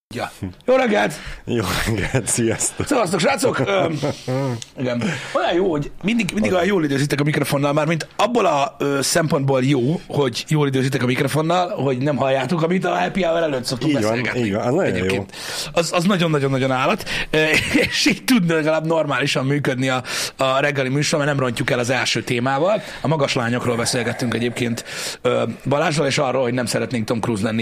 Ja. Jó reggelt! Jó reggelt, sziasztok! Szevasztok, srácok! Igen. Olyan jó, hogy mindig olyan jól időzítek a mikrofonnal, már mint abból a szempontból jó, hogy jól időzítek a mikrofonnal, hogy nem halljátok, amit a happy hour előtt szoktunk beszélgetni. Így van, az nagyon egyébként. Jó. Az nagyon-nagyon-nagyon állat, és így tudna legalább normálisan működni a reggeli műsor, mert nem rontjuk el az első témával. A magas lányokról beszélgettünk egyébként Balázsral, és arról, hogy nem szeretnénk Tom Cruise lenni.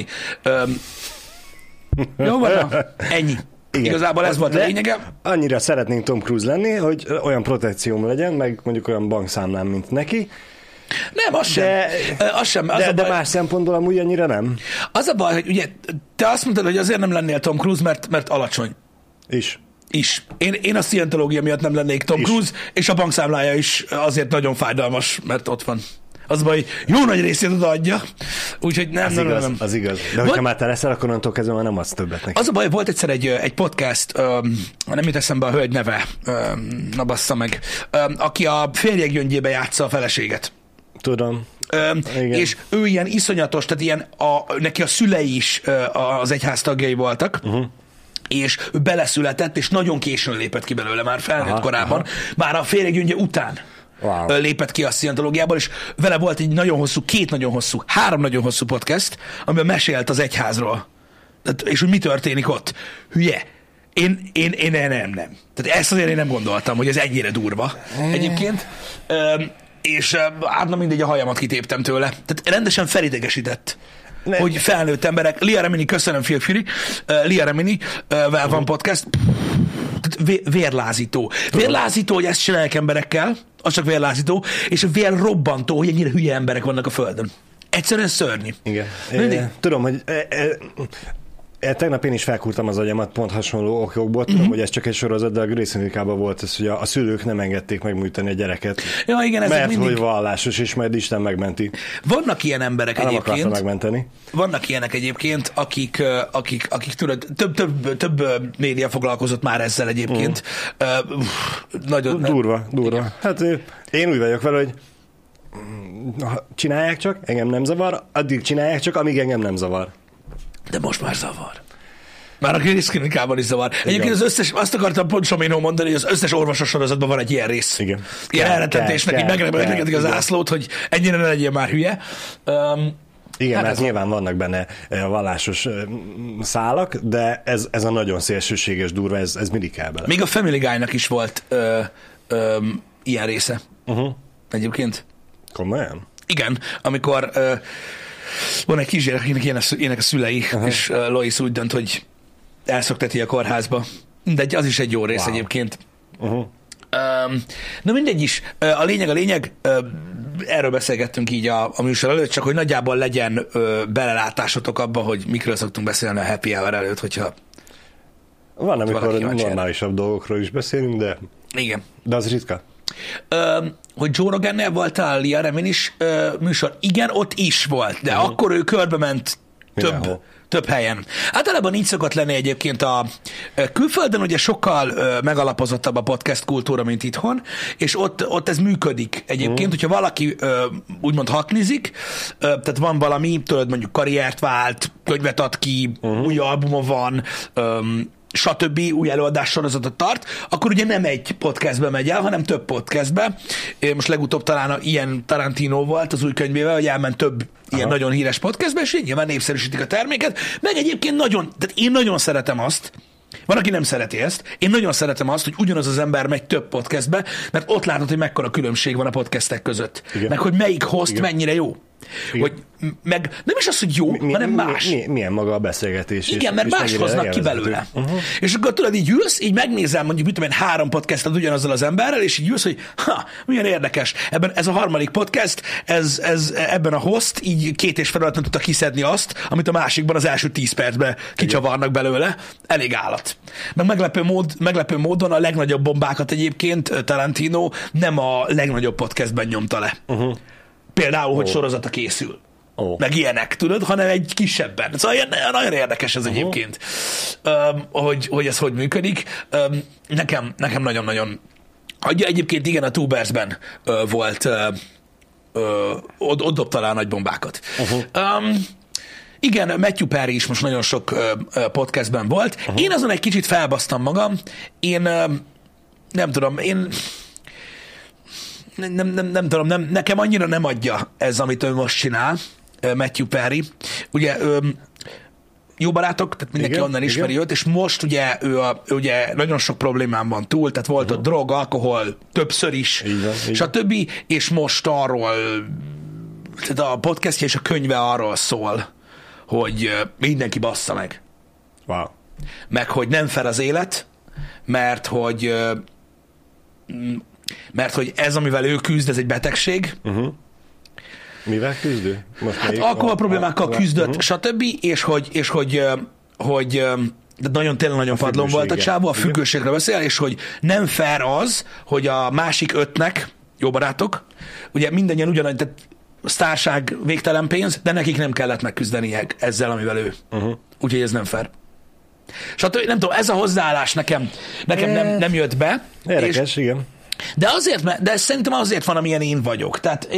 Jó van, ennyi. Igen. Igazából ez volt a lényege. Annyira szeretnénk Tom Cruise lenni, hogy olyan protekcióm legyen, meg mondjuk olyan bankszámlám, mint neki. Nem, az sem. De más szempontból amúgy annyira nem. Az a baj, hogy ugye te azt mondtad, hogy azért nem lennél Tom Cruise, mert alacsony. Is. Én a szientológia miatt nem lennék Tom Cruise, és a bankszámlája is azért nagyon fájdalmas, mert ott van. Az baj, jó nagy részét odaadja, úgyhogy nem. Az igaz. De hogyha már te leszel, akkor onnantól kezdve már nem adsz többet neki. Az a baj, volt egyszer egy podcast, nem jut eszembe a hölgy neve, na bassza meg, aki a Férjek gyöngyébe játsza a feleséget. Tudom. És ő ilyen iszonyatos, tehát ilyen neki a szülei is az egyház tagjai voltak, és ő beleszületett, és nagyon későn lépett ki belőle, már felnőtt korában, már a Férjek gyöngye után. Wow. Lépett ki a szientológiából, és vele volt egy nagyon hosszú, három nagyon hosszú podcast, amiben mesélt az egyházról. És hogy mi történik ott. Hülye. Én nem. Tehát ezt azért én nem gondoltam, hogy ez ennyire durva egyébként. És hát mindegy, a hajamat kitéptem tőle. Tehát rendesen felidegesített. Hogy felnőtt emberek. Lia Remini, köszönöm, Filfiri. Lia Remini, van podcast. Vérlázító. Vérlázító, hogy ezt csinálják emberekkel, az csak vérlázító, és vérrobbantó, hogy ennyire hülye emberek vannak a Földön. Egyszerűen szörnyű. Igen. Tudom, hogy tegnap én is felkúrtam az agyamat pont hasonló okokból. Tudom, hogy ez csak egy sorozat, de a Grace Anatomy-ban volt ez, hogy a szülők nem engedték megműteni a gyereket. Ja, igen, mert hogy vallásos, és majd Isten megmenti. Vannak ilyen emberek egyébként. Nem akarta megmenteni. Vannak ilyenek egyébként, akik tudod, több média foglalkozott már ezzel egyébként. Nagyon durva. Hát én úgy vagyok vele, hogy csinálják csak, engem nem zavar, addig csinálják csak, amíg engem nem zavar. De most már zavar. Már a klinikában is zavar. Egyébként az összes, azt akartam pont Soménó mondani, hogy az összes orvosos sorozatban van egy ilyen rész. Igen. Ilyen elrettentésnek, így megrengedik az ászlót, hogy ennyire ne legyél már hülye. Igen, mert nyilván vannak benne vallásos szálak, de ez a nagyon szélsőséges durva, ez mindig kell bele. Még a Family Guy-nak is volt ilyen része. Egyébként. Komolyan? Igen, amikor van egy kisgyerek, akinek ilyenek a szülei, és Lois úgy dönt, hogy elszökteti a kórházba. De az is egy jó rész egyébként. Na mindegy is. A lényeg, erről beszélgettünk így a műsor előtt, csak hogy nagyjából legyen belelátásotok abba, hogy mikről szoktunk beszélni a happy hour előtt, hogyha van, amikor normálisabb dolgokról is beszélünk, de igen. De az ritka. Hogy Joe Rogan-nél volt talán Lia Reminis műsor. Igen, ott is volt, de akkor ő körbe ment több helyen. Általában így szokott lenni egyébként a külföldön, ugye sokkal megalapozottabb a podcast kultúra, mint itthon, és ott ez működik egyébként, hogyha valaki úgymond haknizik, tehát van valami, tudod, mondjuk karriert vált, könyvet ad ki, új albuma van, stb. Új előadás sorozatot tart, akkor ugye nem egy podcastbe megy el, hanem több podcastbe. Most legutóbb talán ilyen Tarantino volt az új könyvével, hogy elment több ilyen nagyon híres podcastbe, és nyilván népszerűsítik a terméket, meg egyébként tehát én nagyon szeretem azt, van, aki nem szereti ezt, én nagyon szeretem azt, hogy ugyanaz az ember megy több podcastbe, mert ott látod, hogy mekkora különbség van a podcastek között. Igen. Meg hogy melyik host mennyire jó. Hogy, meg nem is az, hogy jó, hanem más. Milyen maga a beszélgetés. Igen, mert más hoznak ki belőle. És akkor tudod, így ülsz, így megnézel mondjuk, mit tudom én, 3 podcastot ugyanazzal az emberrel, és így ülsz, hogy milyen érdekes. Ez a harmadik podcast, ebben a host így 2,5 alatt nem tudta kiszedni azt, amit a másikban az első 10 percben kicsavarnak belőle. Elég állat. Meg meglepő módon a legnagyobb bombákat egyébként Tarantino nem a legnagyobb podcastben nyomta le. Például, hogy sorozata készül. Meg ilyenek, tudod, hanem egy kisebben. Szóval nagyon érdekes ez egyébként, hogy ez hogy működik. Nekem nagyon-nagyon... Egyébként igen, a Tubersben volt, ott dobta le a nagy bombákat. Igen, Matthew Perry is most nagyon sok podcastben volt. Én azon egy kicsit felbasztam magam. Én nem tudom, nem tudom, nekem annyira nem adja ez, amit ő most csinál, Matthew Perry. Ugye jó barátok, tehát mindenki onnan ismeri őt, és most ugye ő ugye nagyon sok problémán van túl, tehát volt ott drog, alkohol, többször is, stb. És most arról, tehát a podcastja és a könyve arról szól, hogy mindenki bassza meg. Wow. Meg, hogy nem fair az élet, mert hogy ez, amivel ő küzd, ez egy betegség. Mivel küzdő? Hát alkohol problémákkal küzdött, stb. És hogy de tényleg nagyon padlón volt a csávó, a függőségről beszél, és hogy nem fair az, hogy a másik 5-nek, jó barátok, ugye mindannyian ugyanaz, tehát sztárság, végtelen pénz, de nekik nem kellett megküzdenie ezzel, amivel ő. Úgyhogy ez nem fair. Stb. Nem tudom, ez a hozzáállás nekem nem jött be. Érdekes, igen. De szerintem azért van, amilyen én vagyok. Tehát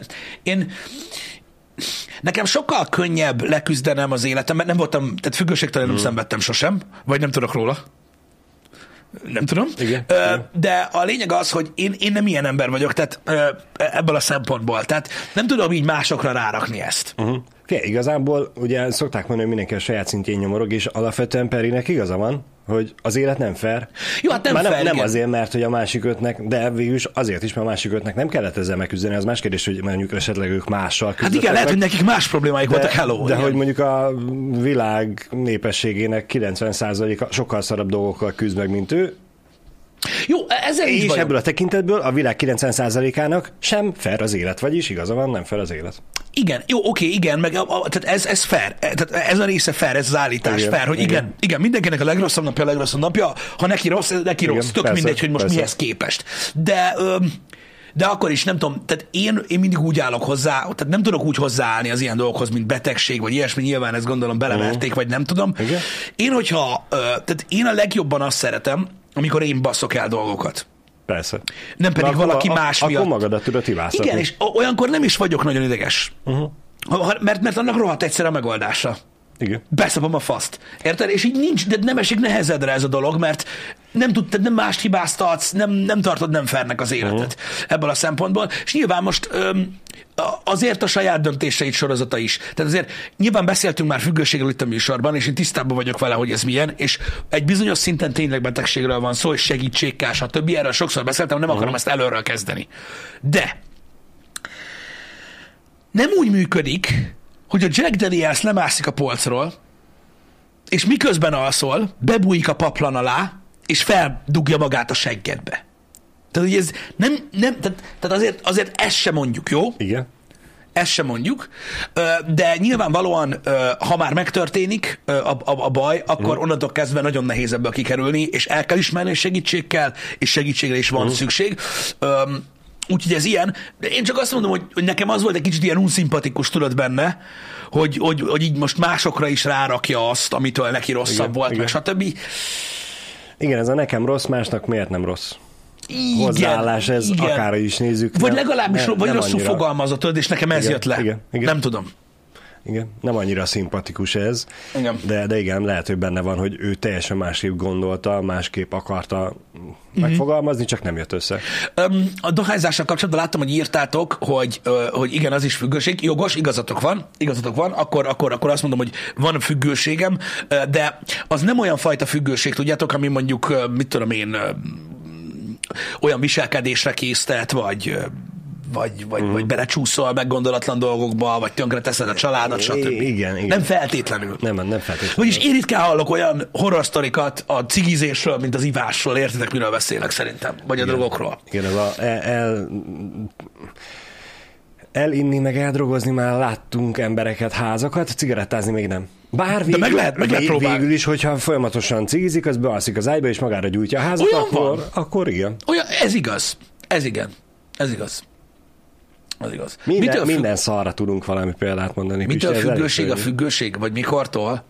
nekem sokkal könnyebb leküzdenem az életem, mert nem voltam, tehát függőségtől nem szenvedtem sosem, vagy nem tudok róla. Nem tudom. Igen. De a lényeg az, hogy én nem ilyen ember vagyok, tehát ebből a szempontból. Tehát nem tudom így másokra rárakni ezt. Igazából ugye szokták mondani, hogy mindenki a saját szintjén nyomorog, és alapvetően Perinek igaza van, hogy az élet nem fair. Jó, hát nem fair, nem azért, mert hogy a másik 5-nek, de végül is azért is, mert a másik 5-nek nem kellett ezzel megküzdeni. Az más kérdés, hogy mondjuk esetleg ők mással küzdöttek. Hát igen, lehet, hogy nekik más problémáik voltak, hello. De hogy mondjuk a világ népességének 90%-a sokkal szarabb dolgokkal küzd meg, mint ő. Jó, ezzel is és ebből a tekintetből a világ 90%-ának sem fair az élet, vagyis igaza van, nem fair az élet. Igen, jó, oké, igen, meg tehát ez fair, tehát ez a része fair, ez az állítás igen, fair, hogy igen, mindenkinek a legrosszabb napja, ha neki rossz, neki rossz, tök persze, mindegy, hogy most mihez képest. De akkor is nem tudom, tehát én mindig úgy állok hozzá, tehát nem tudok úgy hozzáállni az ilyen dolgokhoz, mint betegség, vagy ilyesmi, nyilván ezt gondolom beleverték, vagy nem tudom. Igen. Tehát én a legjobban azt szeretem, amikor én basszok el dolgokat. Persze. Nem pedig valaki más miatt. Akkor magadat tudod hibáztatni. Igen, és olyankor nem is vagyok nagyon ideges. Mert annak rohadt egyszer a megoldása. Igen. Beszapom a faszt. Érted? És így nincs, de nem esik nehezedre ez a dolog, mert nem mást hibáztatsz, nem tartod nem fairnek az életet ebből a szempontból. És nyilván most azért a saját döntéseid sorozata is. Tehát azért nyilván beszéltünk már függőségről itt a műsorban, és én tisztában vagyok vele, hogy ez milyen, és egy bizonyos szinten tényleg betegségről van szó, és segítség kell, stb. Erről sokszor beszéltem, nem akarom ezt előről kezdeni. De nem úgy működik, hogy a Jack Daniels lemászik a polcról, és miközben alszol, bebújik a paplan alá, és feldugja magát a seggedbe. Tehát, hogy ez tehát azért ezt sem mondjuk, jó? Igen. Ezt sem mondjuk, de nyilvánvalóan, ha már megtörténik a baj, akkor onnantól kezdve nagyon nehéz ebből kikerülni, és el kell ismerni, hogy segítség kell, és segítségre is van szükség. Úgyhogy ez ilyen, de én csak azt mondom, hogy nekem az volt egy kicsit ilyen unszimpatikus, tudod benne, hogy így most másokra is rárakja azt, amitől neki rosszabb volt, meg stb. Igen, ez a nekem rossz, másnak miért nem rossz? Hozzáállás, ez akárra is nézzük. Vagy legalábbis vagy rosszul fogalmazott, és nekem ez jött le. Igen. Nem tudom. Igen, nem annyira szimpatikus ez, igen. De igen, lehet, hogy benne van, hogy ő teljesen másképp gondolta, másképp akarta megfogalmazni, csak nem jött össze. A dohányzással kapcsolatban láttam, hogy írtátok, hogy igen, az is függőség. Jogos, igazatok van, akkor azt mondom, hogy van függőségem, de az nem olyan fajta függőség, tudjátok, ami mondjuk, mit tudom én, olyan viselkedésre késztet, vagy belecsúszol meggondolatlan dolgokba, vagy tönkre teszed a családot, stb. Igen. Nem feltétlenül. Nem feltétlenül. Vagyis én ritkán hallok olyan horror sztorikat a cigizésről, mint az ivásról. Értitek, miről beszélek szerintem? Vagy a drogokról. Igen, elinni, meg eldrogozni már láttunk embereket, házakat, cigarettázni még nem. Bár végül, de meg lehet próbálni. Végül is, hogyha folyamatosan cigizik, az bealszik az ágyba, és magára gyújtja a házat, akkor igen. Olyan, ez igaz. Ez igaz. Minden szarra tudunk valami példát mondani. Mitől függőség a függőség? Vagy mikortól?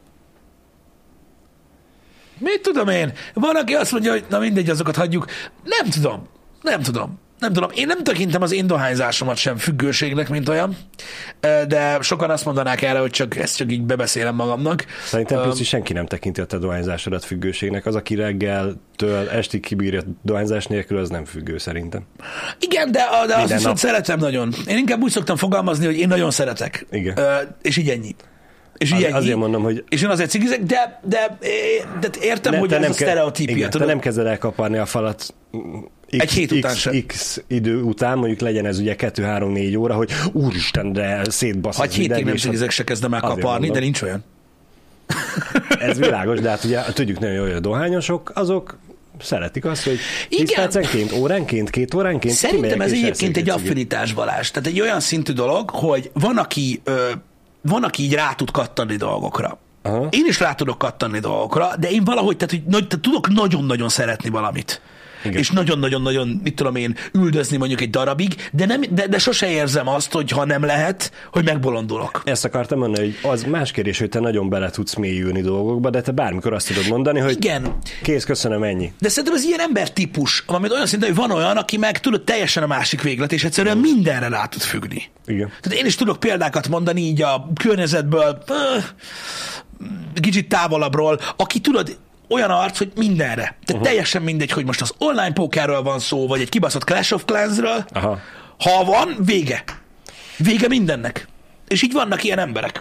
Mit tudom én? Van, aki azt mondja, hogy na mindegy, azokat hagyjuk. Nem tudom. nem tudom, én nem tekintem az én dohányzásomat sem függőségnek, mint olyan, de sokan azt mondanák erre, hogy ezt csak így bebeszélem magamnak. Szerintem plusz senki nem tekinti a te dohányzásodat függőségnek. Az, aki reggeltől estig kibírja dohányzás nélkül, az nem függő szerintem. Igen, de azt viszont szeretem nagyon. Én inkább úgy szoktam fogalmazni, hogy én nagyon szeretek. Igen. És így ennyi. És így ennyi. Azért mondom, hogy... És én azért cigizek, de értem, hogy ez a sztereotípia. Igen, te nem kezded el kaparni a falat egy hét után sem. X idő után, mondjuk legyen ez ugye 2-3-4 óra, hogy úristen, de szétbasz. Ha egy hétig nem cigizek, se kezdem el kaparni, de nincs olyan. Ez világos, de hát ugye tudjuk nagyon jól, hogy a dohányosok, azok szeretik azt, hogy 10 percenként, óránként, 2 óránként. Szerintem ez egyébként egy affinitás, Balázs. Tehát egy olyan szintű dolog, hogy van, aki így rá tud kattani dolgokra. Aha. Én is rá tudok kattani dolgokra, de én valahogy, tehát tudok nagyon-nagyon szeretni valamit. Igen. És nagyon-nagyon-nagyon, mit tudom én, üldözni mondjuk egy darabig, de sose érzem azt, hogy ha nem lehet, hogy megbolondulok. Ezt akartam mondani, hogy az más kérdés, hogy te nagyon bele tudsz mélyülni dolgokba, de te bármikor azt tudod mondani, hogy igen. Kész, köszönöm, ennyi. De szerintem az ilyen embertípus, amit olyan szinten, hogy van olyan, aki meg tudod teljesen a másik véglet, és egyszerűen mindenre rá tud függni. Igen. Tehát én is tudok példákat mondani így a környezetből, kicsit távolabbról, aki tudod, olyan arc, hogy mindenre. Tehát teljesen mindegy, hogy most az online pókerről van szó, vagy egy kibaszott Clash of Clans-ről. Aha. Ha van, vége. Vége mindennek. És így vannak ilyen emberek.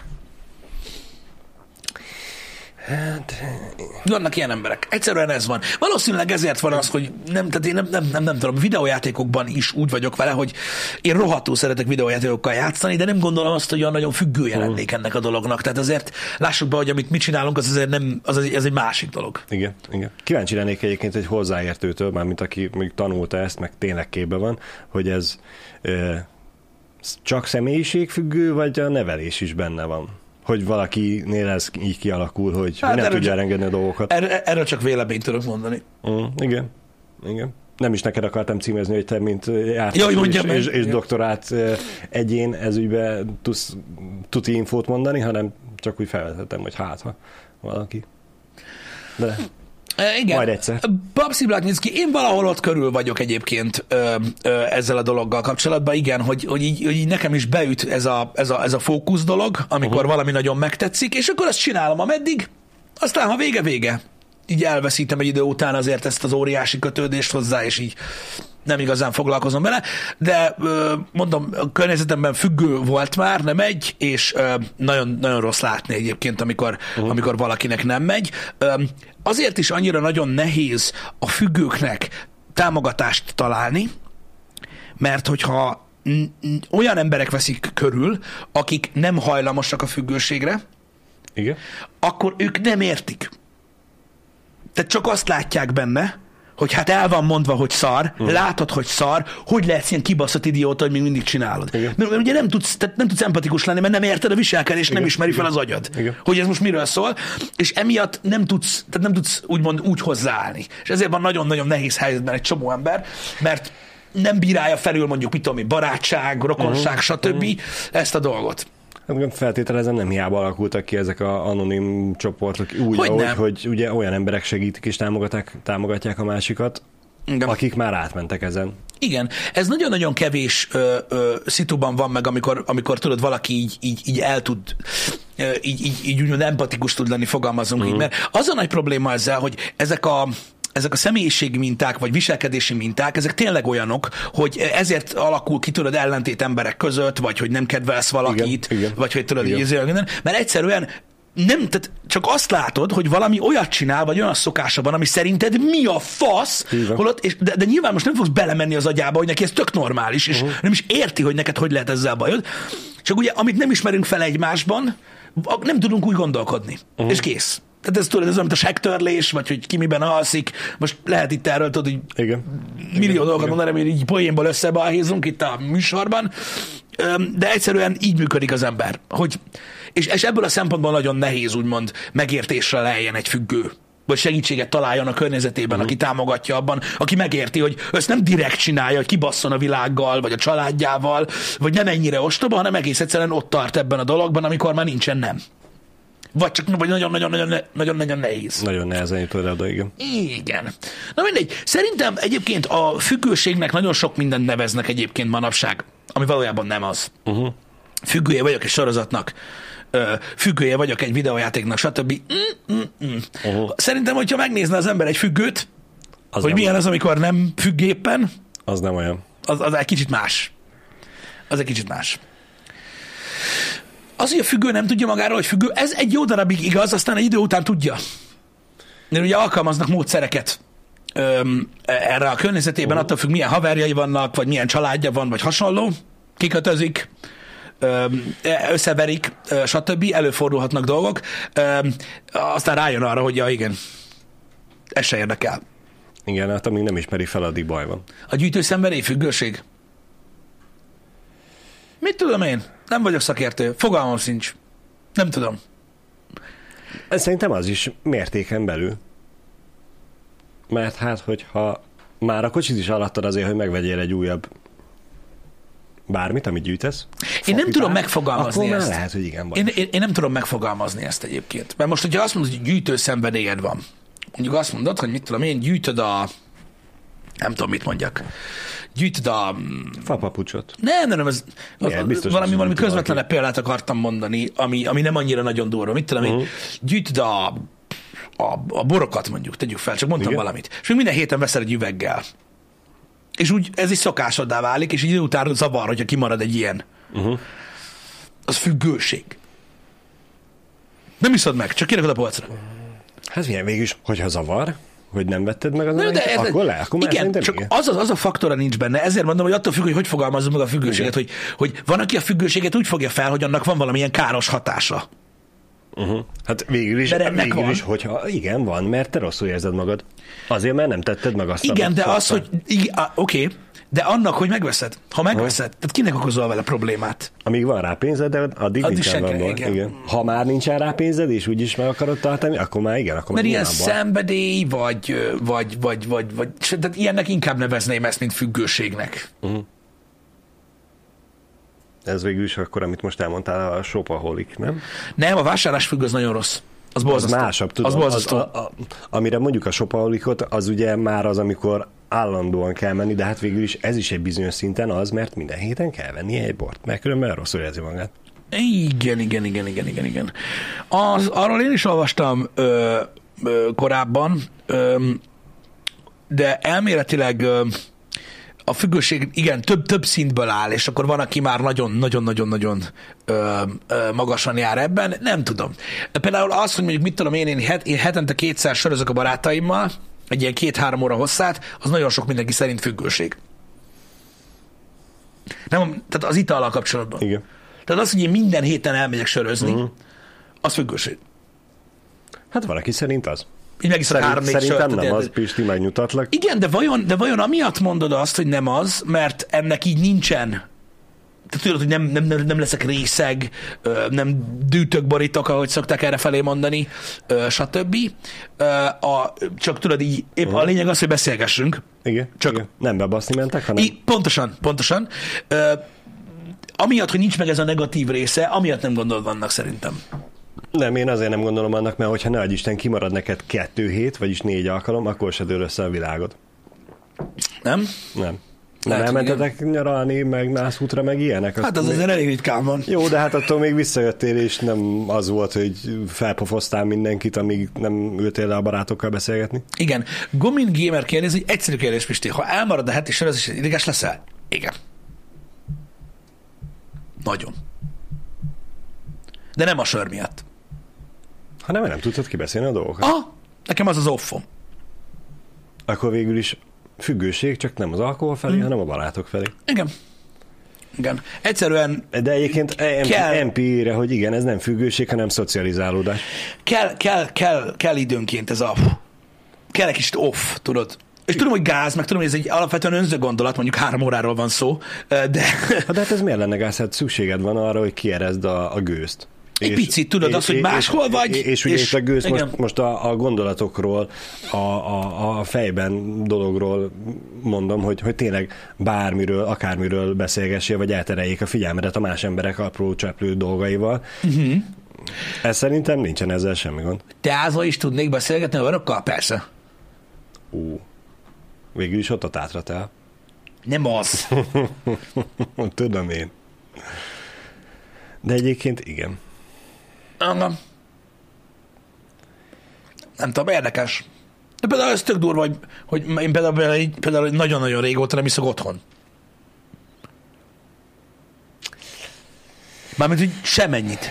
Hát... Vannak ilyen emberek. Egyszerűen ez van. Valószínűleg ezért van az, hogy tehát én nem tudom, videójátékokban is úgy vagyok vele, hogy én rohadtul szeretek videójátékokkal játszani, de nem gondolom azt, hogy olyan nagyon függője lennék ennek a dolognak. Tehát azért lássuk be, hogy amit mit csinálunk, az azért nem, ez egy másik dolog. Igen, igen. Kíváncsi lennék egyébként egy hozzáértőtől, mármint aki még tanulta ezt, meg tényleg képben van, hogy ez csak személyiségfüggő, vagy a nevelés is benne van? Hogy valakinél ez így kialakul, hogy hát nem tudja elengedni a dolgokat. Erről csak véleményt tudok mondani. Igen. Nem is neked akartam címezni, hogy te, mint és doktorát egyén ezügyben tudsz tuti infót mondani, hanem csak úgy felvetettem, hogy ha valaki. De igen. Majd egyszer. Babsi Blacknicki, én valahol ott körül vagyok egyébként ezzel a dologgal kapcsolatban, igen, hogy így nekem is beüt ez a fókusz dolog, amikor valami nagyon megtetszik, és akkor azt csinálom ameddig, aztán ha vége, így elveszítem egy idő után azért ezt az óriási kötődést hozzá, és így nem igazán foglalkozom vele, de mondom, a környezetemben függő volt már, nem megy, és nagyon, nagyon rossz látni egyébként, amikor valakinek nem megy. Azért is annyira nagyon nehéz a függőknek támogatást találni, mert hogyha olyan emberek veszik körül, akik nem hajlamosak a függőségre, igen, akkor ők nem értik. Tehát csak azt látják benne, hogy hát el van mondva, hogy szar, látod, hogy szar, hogy lehetsz ilyen kibaszott idióta, hogy még mindig csinálod. Mert ugye nem tudsz empatikus lenni, mert nem érted a viselkedést, nem ismeri fel az agyad, hogy ez most miről szól, és emiatt nem tudsz úgymond úgy hozzáállni. És ezért van nagyon-nagyon nehéz helyzetben egy csomó ember, mert nem bírálja felül mondjuk, mit tudom, barátság, rokonság, stb. Ezt a dolgot. Feltételezem, nem hiába alakultak ki ezek az anonim csoportok úgy, hogy ugye olyan emberek segítik és támogatják a másikat, igen, akik már átmentek ezen. Igen, ez nagyon-nagyon kevés szituban van meg, amikor tudod, valaki így el tud, így úgymond empatikus tud lenni, fogalmazunk így, mert az a nagy probléma ezzel, hogy ezek a személyiségi minták, vagy viselkedési minták, ezek tényleg olyanok, hogy ezért alakul ki, tudod, ellentét emberek között, vagy hogy nem kedvelsz valakit, igen, vagy hogy tudod, mert egyszerűen tehát csak azt látod, hogy valami olyat csinál, vagy olyan szokása van, ami szerinted mi a fasz, holott, de nyilván most nem fogsz belemenni az agyába, hogy neki ez tök normális, és nem is érti, hogy neked hogy lehet ezzel bajod. Csak ugye, amit nem ismerünk fel egymásban, nem tudunk úgy gondolkodni. És kész. Tehát ez tudod, ez olyan, mint a segtörlés, vagy hogy ki miben alszik. Most lehet itt erről, tudod, hogy millió dolgokat mondani, hogy így poénból összebalhézunk itt a műsorban, de egyszerűen így működik az ember. És ebből a szempontból nagyon nehéz úgymond megértésre lejjen egy függő, vagy segítséget találjon a környezetében, aki támogatja abban, aki megérti, hogy ezt nem direkt csinálja, hogy kibasszon a világgal, vagy a családjával, vagy nem ennyire ostoba, hanem egész egyszerűen ott tart ebben a dologban, amikor már nincsen nem. vagy csak nagyon nehéz. Nagyon nehezen jutod oda, igen. Igen. Na mindegy. Szerintem egyébként a függőségnek nagyon sok mindent neveznek egyébként manapság, ami valójában nem az. Függője vagyok egy sorozatnak, függője vagyok egy videójátéknak, stb. Szerintem, hogyha megnézne az ember egy függőt, az hogy milyen az, amikor nem függ éppen, az nem olyan. Az egy kicsit más. Az egy kicsit más. Az, hogy a függő nem tudja magáról, hogy függő, ez egy jó darabig igaz, aztán egy idő után tudja. Mert ugye alkalmaznak módszereket erre a környezetében, attól függ, milyen haverjai vannak, vagy milyen családja van, vagy hasonló, kikötözik, összeverik, stb. Előfordulhatnak dolgok, aztán rájön arra, hogy ja, igen, ez se érdekel. Igen, hát amíg nem ismeri fel, addig baj van. A gyűjtőszenvedély, függőség? Mit tudom én? Nem vagyok szakértő. Fogalmam sincs. Nem tudom. Szerintem az is mértéken belül. Mert hát, hogyha már a kocsit is alattad azért, hogy megvegyél egy újabb bármit, amit gyűjtesz. Én nem tudom megfogalmazni akkor ezt. Lehet, hogy igen. Én nem tudom megfogalmazni ezt egyébként. Mert most, hogyha azt mondod, hogy gyűjtőszenvedélyed van, mondjuk azt mondod, hogy mit tudom én, gyűjtöd a... Nem tudom, mit mondjak. Gyűjtöd a... Fapapucsot. Nem, ez valami közvetlenebb példát akartam mondani, ami nem annyira nagyon durva. Mit tudom én, gyűjtöd a borokat mondjuk, tegyük fel, csak mondtam valamit. És még minden héten veszel egy üveggel. És úgy ez is szokásoddá válik, és így után zavar, hogyha kimarad egy ilyen. Az függőség. Nem iszod meg, csak kirakod a polcra. Hát milyen végül is, hogyha zavar, hogy nem vetted meg az akkor igen, csak igen. Az a faktora nincs benne. Ezért mondom, hogy attól függ, hogy fogalmazzuk meg a függőséget, hogy van, aki a függőséget úgy fogja fel, hogy annak van valamilyen káros hatása. Hát végül is, hogyha igen, van, mert te rosszul érzed magad. Azért, mert nem tetted meg azt. Igen, de az, hogy oké, de annak, hogy megveszed. Ha megveszed, tehát kinek okozol vele problémát? Amíg van rá pénzed, de addig nincsen van. Igen. Ha már nincsen rá pénzed, és úgyis meg akarod tartani, akkor már igen. Akkor mert ilyen szenvedély, vagy tehát ilyennek inkább nevezném ezt, mint függőségnek. Ez végül is akkor, amit most elmondtál, a shopaholic, nem? Nem, a vásárlásfüggő az nagyon rossz. Az borzasztó. Az másabb, tudom. Amire mondjuk a shopaholicot, az ugye már az, amikor állandóan kell menni, de hát végül is ez is egy bizonyos szinten az, mert minden héten kell venni egy bort, mert különben rosszul érzi magát. Igen. Arról én is olvastam korábban, de elméletileg a függőség, igen, több szintből áll, és akkor van, aki már nagyon magasan jár ebben, nem tudom. Például az, hogy mondjuk mit tudom én hetente 2-szer sörözök a barátaimmal, egy ilyen 2-3 óra hosszát, az nagyon sok mindenki szerint függőség. Nem, tehát az itallal kapcsolatban. Igen. Tehát az, hogy én minden héten elmegyek sörözni, az függőség. Hát valaki szerint az. Így megiszok 3-4 sört. Szerintem nem az, Pisti, megnyugtatlak. Igen, de vajon amiatt mondod azt, hogy nem az, mert ennek így nincsen. Tehát tudod, hogy nem leszek részeg, nem dűtök, borítok, ahogy szokták errefelé mondani, stb. Csak tudod így, épp a lényeg az, hogy beszélgessünk. Igen, csak igen. Nem bebaszni mentek, hanem... Pontosan. Amiatt, hogy nincs meg ez a negatív része, amiatt nem gondolod annak szerintem. Nem, én azért nem gondolom annak, mert hogyha ne adj Isten kimarad neked 2 hét, vagyis 4 alkalom, akkor se dől össze a világod. Nem? Nem. Nem elmentetek nyaralni, meg nászútra, meg ilyenek? Hát az azért elég ritkán van. Jó, de hát attól még visszajöttél, és nem az volt, hogy felpofoztál mindenkit, amíg nem ültél le a barátokkal beszélgetni? Igen. Gomin Gamer kérdezi, egy egyszerű kérdés, Pisti. Ha elmarad a heti sörözés, ideges leszel? Igen. Nagyon. De nem a sör miatt. Hanem nem tudtad kibeszélni a dolgokat. Nekem az offom. Akkor végül is függőség, csak nem az alkohol felé, hanem a barátok felé. Igen. Egyszerűen de egyébként MP-re, hogy igen, ez nem függőség, hanem szocializálódás. Kell időnként ez kell egy kicsit off, tudod. És tudom, hogy gáz, meg tudom, hogy ez egy alapvetően önző gondolat, mondjuk 3 óráról van szó, de... De hát ez miért lenne gáz? Hát szükséged van arra, hogy kierezd a gőzt. Egy picit, tudod, az, hogy máshol vagy. És ugye itt a gőz most a gondolatokról, a fejben dologról mondom, hogy tényleg bármiről, akármiről beszélgessél, vagy eltereljék a figyelmedet a más emberek apró cseplő dolgaival. Ez szerintem nincsen ezzel semmi gond. Teázva is tudnék beszélgetni olyanokkal? Persze. Végül is ott a Tátra Tea. Nem az. Tudom én. De egyébként igen. Nem tudom, érdekes. De például ez tök durva, hogy én például nagyon-nagyon régóta nem iszok otthon. Mármint, hogy semennyit.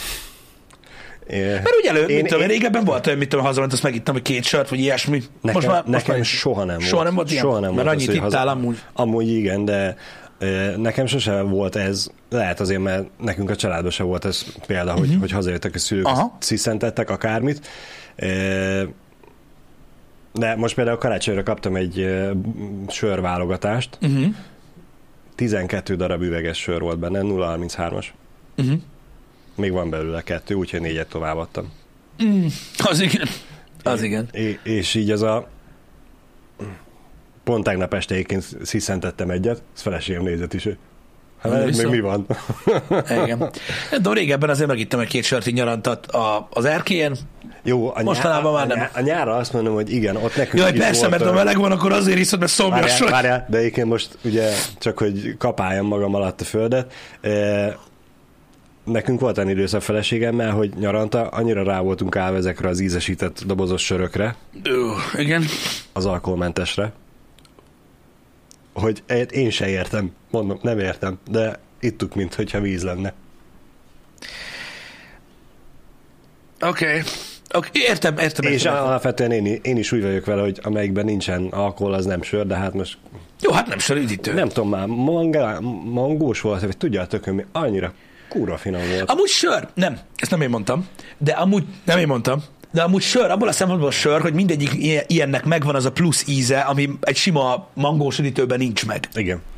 Mert ugye régebben volt olyan, hazament, azt megittem, hogy 2 sört, vagy ilyesmi. Nekem soha nem volt. Soha nem volt ilyen? Soha nem mert volt annyit ittál amúgy. Amúgy igen, de nekem sose volt ez, lehet azért, mert nekünk a családban se volt ez példa, hogy hazajöttek a szülők, sziszentettek akármit. De most például karácsonyra kaptam egy sörválogatást, 12 darab üveges sör volt benne, 0,33-as. Még van belőle 2, úgyhogy 4-et továbbadtam. Az igen. Az igen. És így ez a... Pont tegnap estéként sziszentettem egyet, ez feleségem nézett is, hogy hát még mi van? Igen. De régebben azért megittem egy 2 sört így nyarantat az erkélyen. Jó, mostanában már nem. A nyárra azt mondom, hogy igen, ott nekünk is persze, volt, mert ha meleg van, akkor azért iszod, mert szomjas vagy. Várjál, de egyébként most ugye csak, hogy kapáljam magam alatt a földet, nekünk volt olyan időszak feleségemmel, hogy nyaranta annyira rá voltunk állva ezekre az ízesített dobozos sörökre. Igen. Az alkoholmentesre. Hogy én se értem, mondom, nem értem, de ittuk, mintha víz lenne. Oké, értem. És alapvetően én is úgy vagyok vele, hogy amelyikben nincsen alkohol, az nem sör, de hát most... Jó, hát nem sör, üdítő. Nem tudom már, mangós volt, vagy tudja a tököm, annyira kurva finom volt. Amúgy sör, nem, ezt nem én mondtam, de amúgy sör, abból a szempontból sör, hogy mindegyik ilyennek megvan az a plusz íze, ami egy sima mangós üdítőben nincs meg.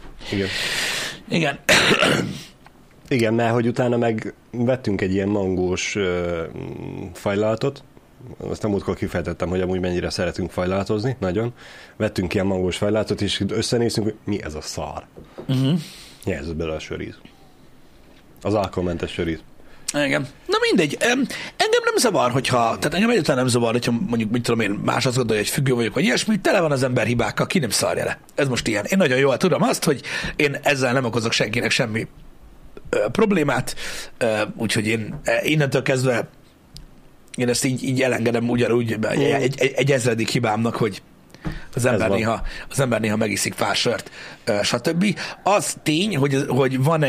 Igen. Igen, mert hogy utána meg vettünk egy ilyen mangós fajlalatot, aztán múltkor kifejtettem, hogy amúgy mennyire szeretünk fajlalatozni, nagyon. Vettünk ilyen mangós fajlalatot, és összenéztünk, hogy mi ez a szar. Nyelzett bele a söríz. Az alkoholmentes söríz. Igen. Na mindegy. Engem nem zavar, tehát engem egyáltalán nem zavar, hogyha mondjuk, mit tudom én, más azt gondolja, hogy függő vagyok, vagy ilyesmi, tele van az ember hibákkal, ki nem szarja le. Ez most ilyen. Én nagyon jól tudom azt, hogy én ezzel nem okozok senkinek semmi problémát, úgyhogy én innentől kezdve én ezt így elengedem ugyanúgy egy ezredik hibámnak, hogy az ember néha megiszik pár sört, stb. Az tény, hogy van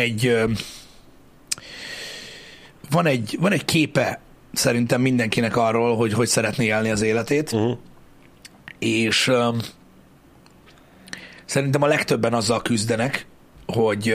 egy képe szerintem mindenkinek arról, hogy szeretné élni az életét, és szerintem a legtöbben azzal küzdenek, hogy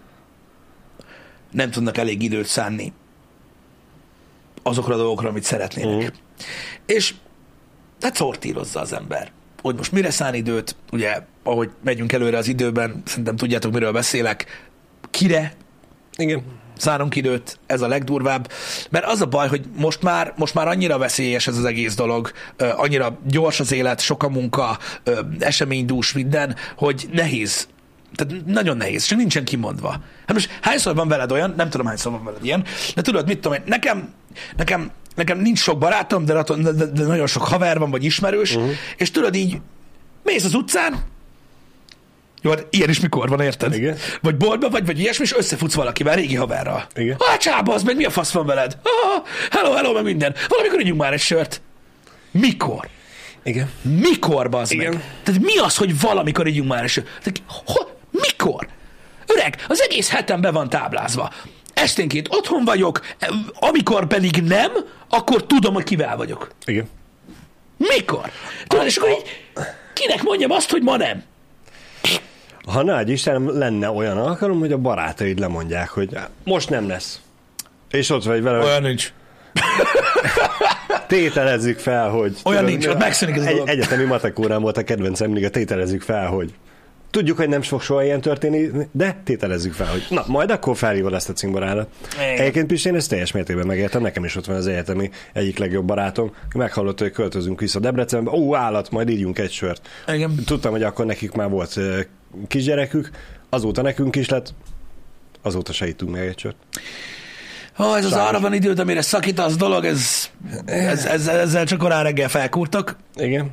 nem tudnak elég időt szánni azokra a dolgokra, amit szeretnének. És hát szortírozza az ember. Hogy most mire szán időt, ugye, ahogy megyünk előre az időben, szerintem tudjátok, miről beszélek, kire szánunk időt, ez a legdurvább, mert az a baj, hogy most már annyira veszélyes ez az egész dolog, annyira gyors az élet, sok a munka, eseménydús minden, hogy nehéz. Tehát nagyon nehéz, csak nincsen kimondva. Hát most hányszor van veled olyan, nem tudom hányszor van veled ilyen, de tudod, mit tudom én, nekem nincs sok barátom, de nagyon sok haver van, vagy ismerős, és tudod így, mész az utcán, jó, hát ilyen is mikor van, érted? Igen. Vagy boltba vagy ilyesmi, és összefutsz valakivel, régi haverral. Igen. Csába, az meg mi a fasz van veled? Hello, meg minden. Valamikor ígyunk már egy sört. Mikor? Igen. Mikor, bazd meg? Tehát mi az, hogy valamikor ígyunk már egy sört? Mikor? Öreg, az egész hetem be van táblázva. Esténként otthon vagyok, amikor pedig nem, akkor tudom, hogy kivel vagyok. Igen. Mikor? Tudod, és akkor így kinek mondjam azt, hogy ma nem? Ha nagy Isten lenne olyan alkalom, hogy a barátaid lemondják, hogy most nem lesz. És ott vagy vele. Olyan nincs. Tételezzük fel, hogy... Olyan nincs, ott megszűnik ez a dolog. Egyetemi matek órán volt a kedvencem, mindig a tételezzük fel, hogy tudjuk, hogy nem fog soha ilyen történni, de tételezzük fel, hogy na, majd akkor felhívod ezt a cimborádat. Egyébként Pisti, én ezt teljes mértékben megértem, nekem is ott van az egyetemi egyik legjobb barátom, meghallotta, hogy költözünk vissza Debrecenbe, állat, majd ígyunk egy sört. Igen. Tudtam, hogy akkor nekik már volt kisgyerekük, azóta nekünk is lett, azóta se ittunk meg egy sört. Ez az arra van időd, amire szakítasz dolog, ezzel csak korán reggel felkúrtak. Igen.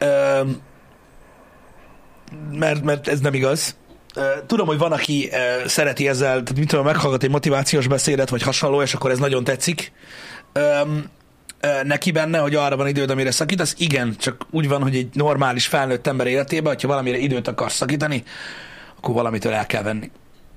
Mert ez nem igaz. Tudom, hogy van, aki szereti ezzel, tehát mit tudom, meghallgat egy motivációs beszédet, vagy hasonló, és akkor ez nagyon tetszik neki benne, hogy arra van időd, amire szakítasz. Igen, csak úgy van, hogy egy normális felnőtt ember életében, hogyha valamire időt akarsz szakítani, akkor valamitől el kell venni.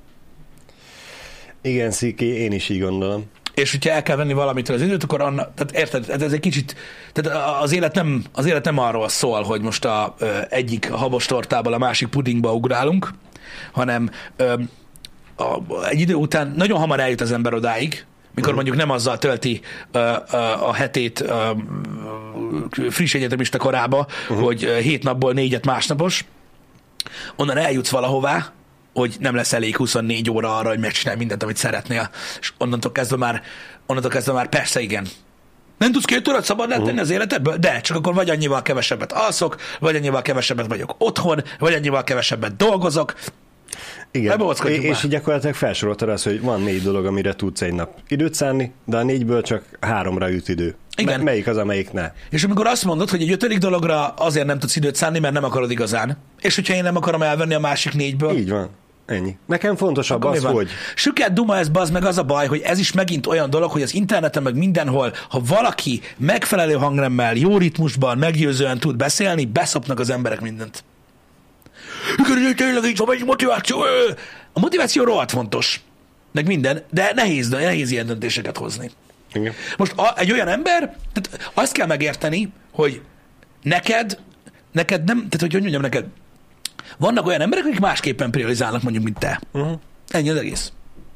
Igen, Sziki, én is így gondolom. És hogyha el kell venni valamitől az időt, akkor tehát érted, ez egy kicsit, tehát az élet nem arról szól, hogy most egyik habostortából a másik pudingba ugrálunk, hanem egy idő után nagyon hamar eljut az ember odáig, mikor mondjuk nem azzal tölti a hetét friss egyetemista korába, hogy 7 napból 4-et másnapos, onnan eljutsz valahová, hogy nem lesz elég 24 óra arra, hogy megcsinálj mindent, amit szeretnél, és onnantól kezdve már persze igen. Nem tudsz 2 órát szabad tenni az életedből? De, csak akkor vagy annyival kevesebbet alszok, vagy annyival kevesebbet vagyok otthon, vagy annyival kevesebbet dolgozok. Igen, és így gyakorlatilag felsoroltad azt, hogy van 4 dolog, amire tudsz egy nap időt szánni, de a 4-ből csak 3-ra jut idő. Igen. Melyik az, amelyik ne? És amikor azt mondod, hogy egy 5. dologra azért nem tudsz időt szánni, mert nem akarod igazán, és hogyha én nem akarom elvenni a másik 4-ből... Így van. Ennyi. Nekem fontosabb az, hogy... Süket duma ez, bazd meg, az a baj, hogy ez is megint olyan dolog, hogy az interneten meg mindenhol, ha valaki megfelelő hangremmel, jó ritmusban, meggyőzően tud beszélni, beszopnak az emberek mindent. Igen, tényleg így van, egy motiváció. A motiváció rohadt fontos, meg minden, de nehéz ilyen döntéseket hozni. Igen. Most egy olyan ember, tehát azt kell megérteni, hogy neked nem, tehát hogy mondjam neked, vannak olyan emberek, akik másképpen priorizálnak mondjuk, mint te. Ennyi az egész.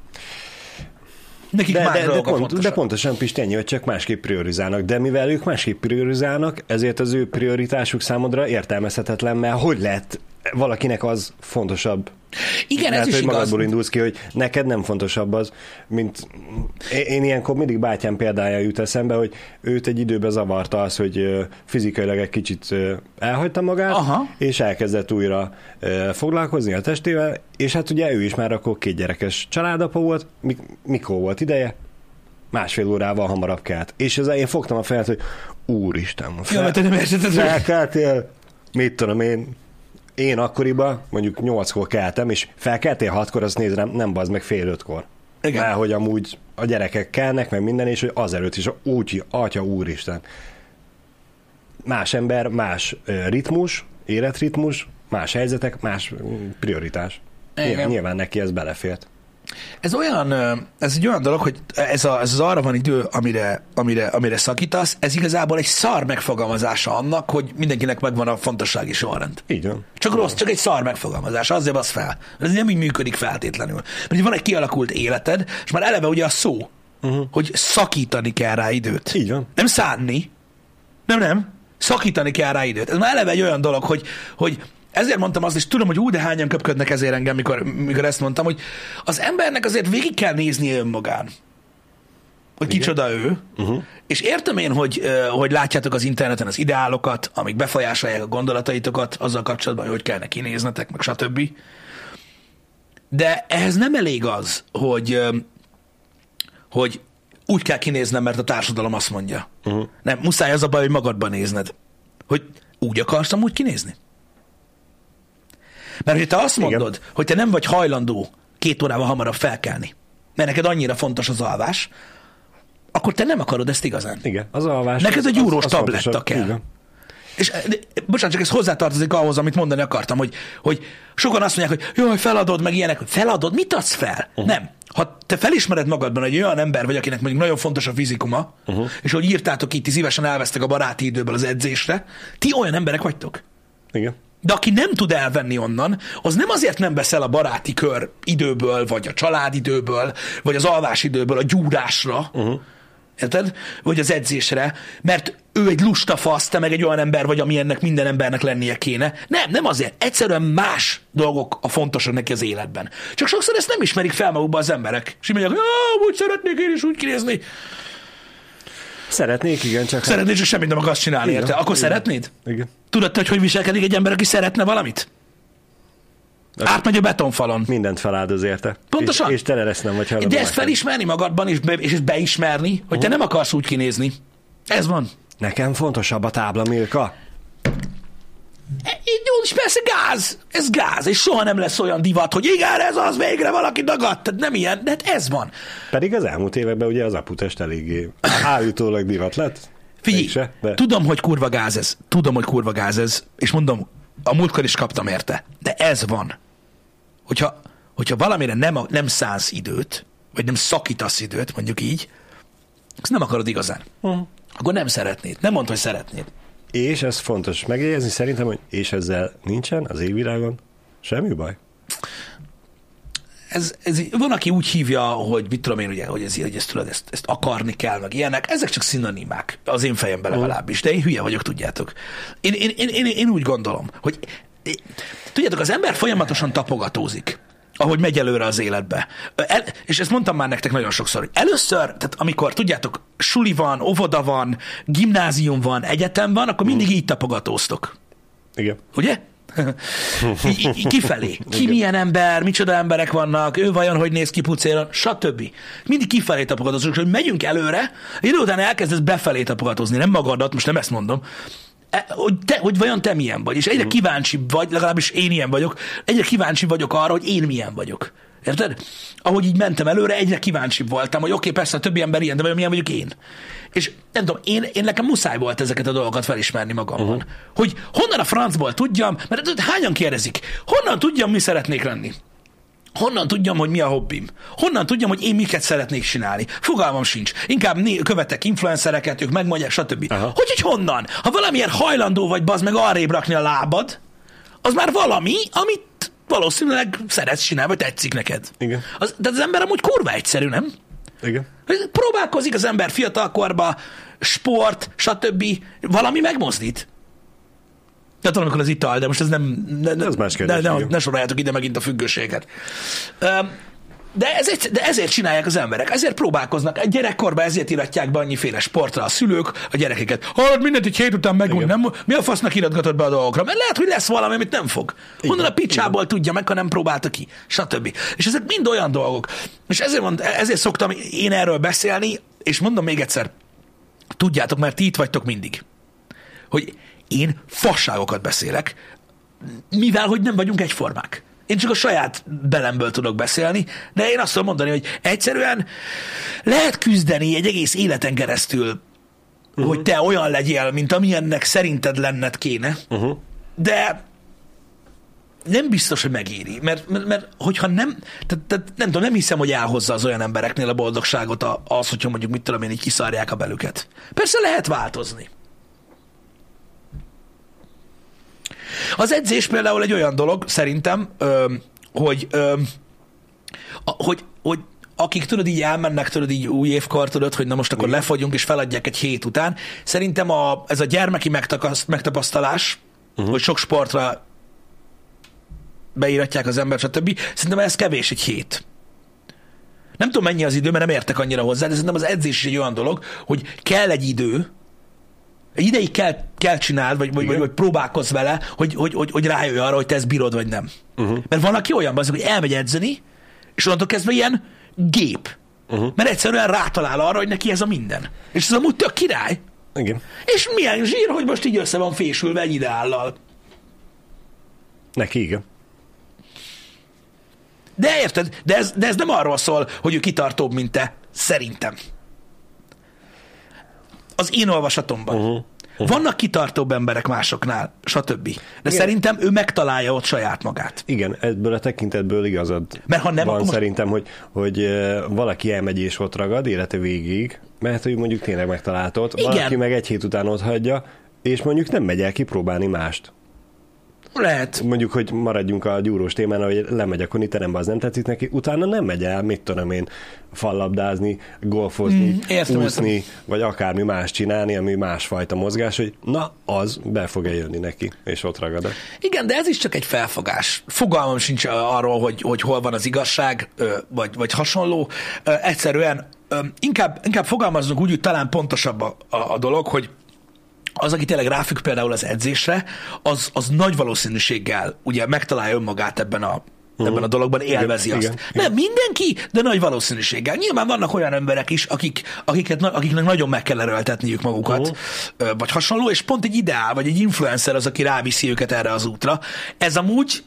Nekik de pontosan Pisti, ennyi, hogy csak másképp priorizálnak. De mivel ők másképp priorizálnak, ezért az ő prioritásuk számodra értelmezhetetlen, mert hogy lehet valakinek az fontosabb? Igen, ez is hogy igaz. Magadból indulsz ki, hogy neked nem fontosabb az, mint... Én ilyenkor mindig bátyám példája jut eszembe, hogy őt egy időben zavarta az, hogy fizikailag egy kicsit elhagyta magát, és elkezdett újra foglalkozni a testével, és hát ugye ő is már akkor 2 gyerekes családapa volt. Mikor volt ideje? 1,5 órával hamarabb kelt. És ezzel én fogtam a fejet, hogy úristen, felkeltél, mit tudom én akkoriban mondjuk 8-kor keltem, és felkeltél 6-kor, azt nézem, nem bazd meg 4:30-kor. Mert hogy amúgy a gyerekek kelnek, meg minden, és hogy azelőtt is úgy, atya úristen. Más ember, más ritmus, életritmus, más helyzetek, más prioritás. Nyilván neki ez belefért. Ez egy olyan dolog, hogy ez az arra van idő, amire szakítasz, ez igazából egy szar megfogalmazása annak, hogy mindenkinek megvan a fontossági sorrend. Így van. Csak egy szar megfogalmazás, azért az fel. Ez nem így működik feltétlenül. Mert van egy kialakult életed, és már eleve ugye a szó, hogy szakítani kell rá időt. Így van. Nem szánni. Nem. Szakítani kell rá időt. Ez már eleve egy olyan dolog, hogy ezért mondtam azt, és tudom, hogy de hányan köpködnek ezért engem, mikor ezt mondtam, hogy az embernek azért végig kell néznie önmagán, hogy kicsoda ő, és értem én, hogy látjátok az interneten az ideálokat, amik befolyásolják a gondolataitokat azzal kapcsolatban, hogy kellene kinéznetek, meg stb. De ehhez nem elég az, hogy úgy kell kinéznem, mert a társadalom azt mondja. Nem, muszáj az a baj, hogy magadban nézned. Hogy úgy akarsz úgy kinézni. Mert hogyha te azt mondod, hogy te nem vagy hajlandó 2 órával hamarabb felkelni, mert neked annyira fontos az alvás, akkor te nem akarod ezt igazán. Igen, az alvás. Neked egy eurós tabletta kell. Igen. És bocsánat, csak ez hozzátartozik ahhoz, amit mondani akartam, hogy sokan azt mondják, hogy jaj, feladod, meg ilyenek. Feladod? Mit adsz fel? Nem. Ha te felismered magadban, hogy olyan ember vagy, akinek mondjuk nagyon fontos a fizikuma, és hogy írtátok itt, ti szívesen elvesztek a baráti időből az edzésre, ti olyan emberek vagytok. Igen. De aki nem tud elvenni onnan, az nem azért nem veszel a baráti kör időből, vagy a családidőből, vagy az alvásidőből a gyúrásra, érted? Vagy az edzésre, mert ő egy lusta fasz, te meg egy olyan ember vagy, ami ennek minden embernek lennie kéne. Nem azért. Egyszerűen más dolgok a fontosak neki az életben. Csak sokszor ezt nem ismerik fel magukba az emberek. És így mondják, hogy úgy szeretnék én is úgy kinézni. Szeretnék, igen, csak... Szeretnék, csak semmit nem akarsz csinálni, érte? Akkor szeretnéd? Igen. Tudod, hogy viselkedik egy ember, aki szeretne valamit? Átmegy a betonfalon. Mindent feláldoz érte. Pontosan. És te lesz nem vagy hajlandó. De ezt felismerni magadban, és ezt beismerni, hogy te nem akarsz úgy kinézni. Ez van. Nekem fontosabb a tábla, Milka. Így jó, és persze gáz. Ez gáz, és soha nem lesz olyan divat, hogy igen, ez az, végre valaki dagadt. Tehát nem ilyen, de hát ez van. Pedig az elmúlt években ugye az aputest eléggé állítólag divat lett. Figyelj, tudom, hogy kurva gáz ez, és mondom, a múltkor is kaptam érte, de ez van. Hogyha valamire nem szánsz időt, vagy nem szakítasz időt, mondjuk így, azt nem akarod igazán. Akkor nem szeretnéd. Nem mondd, hogy szeretnéd. És ez fontos megjegyezni szerintem, hogy és ezzel nincsen az égvilágon semmi baj. Van, aki úgy hívja, hogy mit tudom én, ugye, hogy ezt akarni kell, meg ilyenek. Ezek csak szinonimák, az én fejemben legalábbis, de én hülye vagyok, tudjátok. Én úgy gondolom, hogy tudjátok, az ember folyamatosan tapogatózik, ahogy megy előre az életbe. És ezt mondtam már nektek nagyon sokszor, hogy először, tehát amikor, tudjátok, suli van, óvoda van, gimnázium van, egyetem van, akkor mindig így tapogatóztok. Igen. Ugye? Kifelé. Ki milyen ember, micsoda emberek vannak, ő vajon hogy néz ki pucéron, stb. Mindig kifelé tapogatózunk, hogy megyünk előre, idő után elkezdesz befelé tapogatózni, nem magadat, most nem ezt mondom, hogy vajon te milyen vagy, és egyre kíváncsi vagy, legalábbis én ilyen vagyok, egyre kíváncsi vagyok arra, hogy én milyen vagyok. Érted? Ahogy így mentem előre, egyre kíváncsi voltam, hogy oké, persze a többi ember ilyen, de vajon milyen vagyok én. És nem tudom, én nekem muszáj volt ezeket a dolgokat felismerni magamban. Hogy honnan a francból tudjam, mert hányan kérdezik, honnan tudjam, mi szeretnék lenni? Honnan tudjam, hogy mi a hobbim? Honnan tudjam, hogy én miket szeretnék csinálni? Fogalmam sincs. Inkább követek influencereket, ők megmondják, stb. Hogy honnan? Ha valamiért hajlandó vagy, bazd meg arrébb rakni a lábad, az már valami, amit valószínűleg szeretsz csinálni, vagy tetszik neked. Igen. De az ember amúgy kurva egyszerű, nem? Igen. Próbálkozik az ember fiatalkorba, sport, stb. Valami megmozdít. Tehát valamikor az ital, de most ez nem... Ez más kérdés. Ne soroljátok ide megint a függőséget. De ezért csinálják az emberek, ezért próbálkoznak. Egy gyerekkorban ezért iratják be annyiféle sportra a szülők a gyerekeket. Hallod, mindent egy hét után megunni, nem? Mi a fasznak iratgatod be a dolgokra? Mert lehet, hogy lesz valami, amit nem fog. Honnan a picsából tudja meg, ha nem próbálta ki, stb. És ezek mind olyan dolgok. És ezért szoktam én erről beszélni, és mondom még egyszer, tudjátok, mert ti itt vagytok mindig, hogy én fasságokat beszélek, mivel, hogy nem vagyunk egyformák. Én csak a saját belemből tudok beszélni, de én azt tudom mondani, hogy egyszerűen lehet küzdeni egy egész életen keresztül, hogy te olyan legyél, mint amilyennek szerinted lenned kéne, de nem biztos, hogy megéri, mert hogyha nem, tehát nem tudom, nem hiszem, hogy elhozza az olyan embereknél a boldogságot az, hogyha mondjuk mit tudom én, így kiszarják a belüket. Persze lehet változni. Az edzés például egy olyan dolog, szerintem, hogy akik tudod így elmennek, tudod így új évkor, tudod, hogy na most akkor lefagyunk és feladják egy hét után. Szerintem ez a gyermeki megtapasztalás, hogy sok sportra beíratják az ember, stb. Szerintem ez kevés egy hét. Nem tudom mennyi az idő, mert nem értek annyira hozzá, de szerintem az edzés is egy olyan dolog, hogy kell egy idő, egy ideig kell csináld, vagy próbálkozz vele, hogy rájöjj arra, hogy te ezt bírod, vagy nem. Mert van, aki olyan, hogy elmegy edzeni, és onnantól kezdve ilyen gép. Mert egyszerűen rátalál arra, hogy neki ez a minden. És ez amúgy tök király. Igen. És milyen zsír, hogy most így össze van fésülve egy ideállal. Neki igen. De érted? De ez nem arról szól, hogy ő kitartóbb, mint te. Szerintem. Az én olvasatomban. Vannak kitartóbb emberek másoknál, stb. De igen. Szerintem ő megtalálja ott saját magát. Igen, ebből a tekintetből igazad. Mert ha nem, van akkor szerintem, hogy valaki elmegy és ott ragad élete végig, mert hogy mondjuk tényleg megtalálta ott, valaki meg egy hét után ott hagyja, és mondjuk nem megy el kipróbálni mást. Lehet. Mondjuk, hogy maradjunk a gyúrós témán, hogy lemegy a konditerembe, az nem tetszik neki, utána nem megy el, mit tudom én, fallabdázni, golfozni, úszni, vagy akármi más csinálni, ami másfajta mozgás, hogy na, az be fog jönni neki, és ott ragad. Igen, de ez is csak egy felfogás. Fogalmam sincs arról, hogy hol van az igazság, vagy hasonló. Egyszerűen inkább fogalmazzunk úgy, hogy talán pontosabb a dolog, hogy az, aki tényleg ráfügg például az edzésre, az nagy valószínűséggel ugye megtalálja önmagát ebben a dologban, élvezi azt. Igen. Nem mindenki, de nagy valószínűséggel. Nyilván vannak olyan emberek is, akiknek nagyon meg kell erőltetniük magukat, vagy hasonló, és pont egy ideál, vagy egy influencer az, aki ráviszi őket erre az útra. Ez amúgy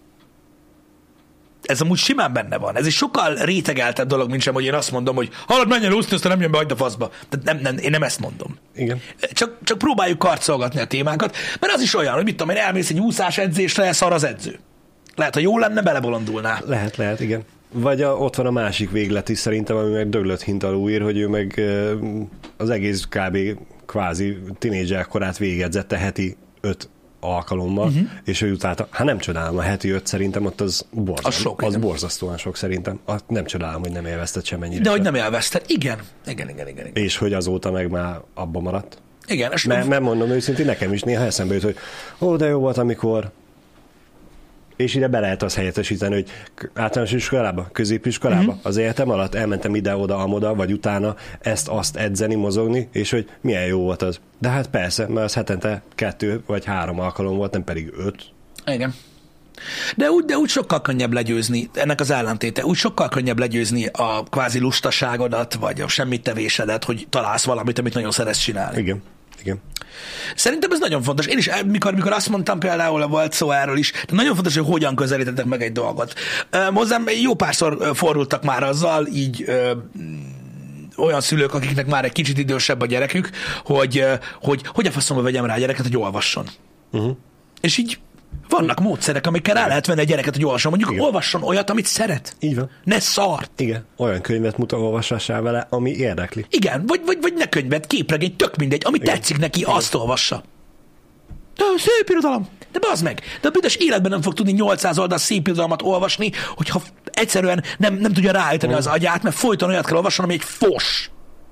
simán benne van. Ez egy sokkal rétegeltebb dolog, mint sem, hogy én azt mondom, hogy hallod, menj el úszni, aztán nem jön be, hagyd a faszba. Tehát én nem ezt mondom. Igen. Csak próbáljuk karcolgatni a témákat, mert az is olyan, hogy mit tudom én, elmész egy úszás edzésre, szar az edző. Lehet, ha jó lenne, belebolondulnál. Lehet, igen. Vagy ott van a másik véglet is szerintem, ami meg döglött hintalú ír, hogy ő meg az egész kb. Kvázi tinédzser korát végedzette heti 5 alkalommal, és ő utálta. Hát nem csodálom, a heti 5 szerintem ott az borzasztóan sok szerintem. Nem csodálom, hogy nem élvezted semmennyire. De hogy nem élvezted, igen. És hogy azóta meg már abba maradt. Igen. Mert mondom őszintén, nekem is néha eszembe jut, hogy de jó volt, amikor. És ide be lehet azt helyettesíteni, hogy általános iskolába, középiskolába, az életem alatt elmentem ide-oda, amoda, vagy utána ezt-azt edzeni, mozogni, és hogy milyen jó volt az. De hát persze, mert az hetente 2 vagy 3 alkalom volt, nem pedig 5. Igen. De úgy sokkal könnyebb legyőzni, ennek az ellentéte, úgy sokkal könnyebb legyőzni a kvázi lustaságodat, vagy a semmittevésedet, hogy találsz valamit, amit nagyon szeretsz csinálni. Igen. Szerintem ez nagyon fontos. Én is, mikor azt mondtam például, volt szó erről is, de nagyon fontos, hogy hogyan közelítetek meg egy dolgot. Hozzám jó párszor fordultak már azzal, így olyan szülők, akiknek már egy kicsit idősebb a gyerekük, hogy a faszomba vegyem rá a gyereket, hogy olvasson. És így vannak módszerek, amikkel rá lehet venni a gyereket, hogy olvasson. Mondjuk olvasson olyat, amit szeret. Így van. Ne szart. Igen. Olyan könyvet olvassál vele, ami érdekli. Igen. Vagy ne könyvet, képregény, tök mindegy. Ami tetszik neki, azt olvassa. De szép irodalom. De bazd meg. De a büdös életben nem fog tudni 800 oldal szép irodalmat olvasni, hogyha egyszerűen nem tudja ráállítani az agyát, mert folyton olyat kell olvasson, ami egy fos.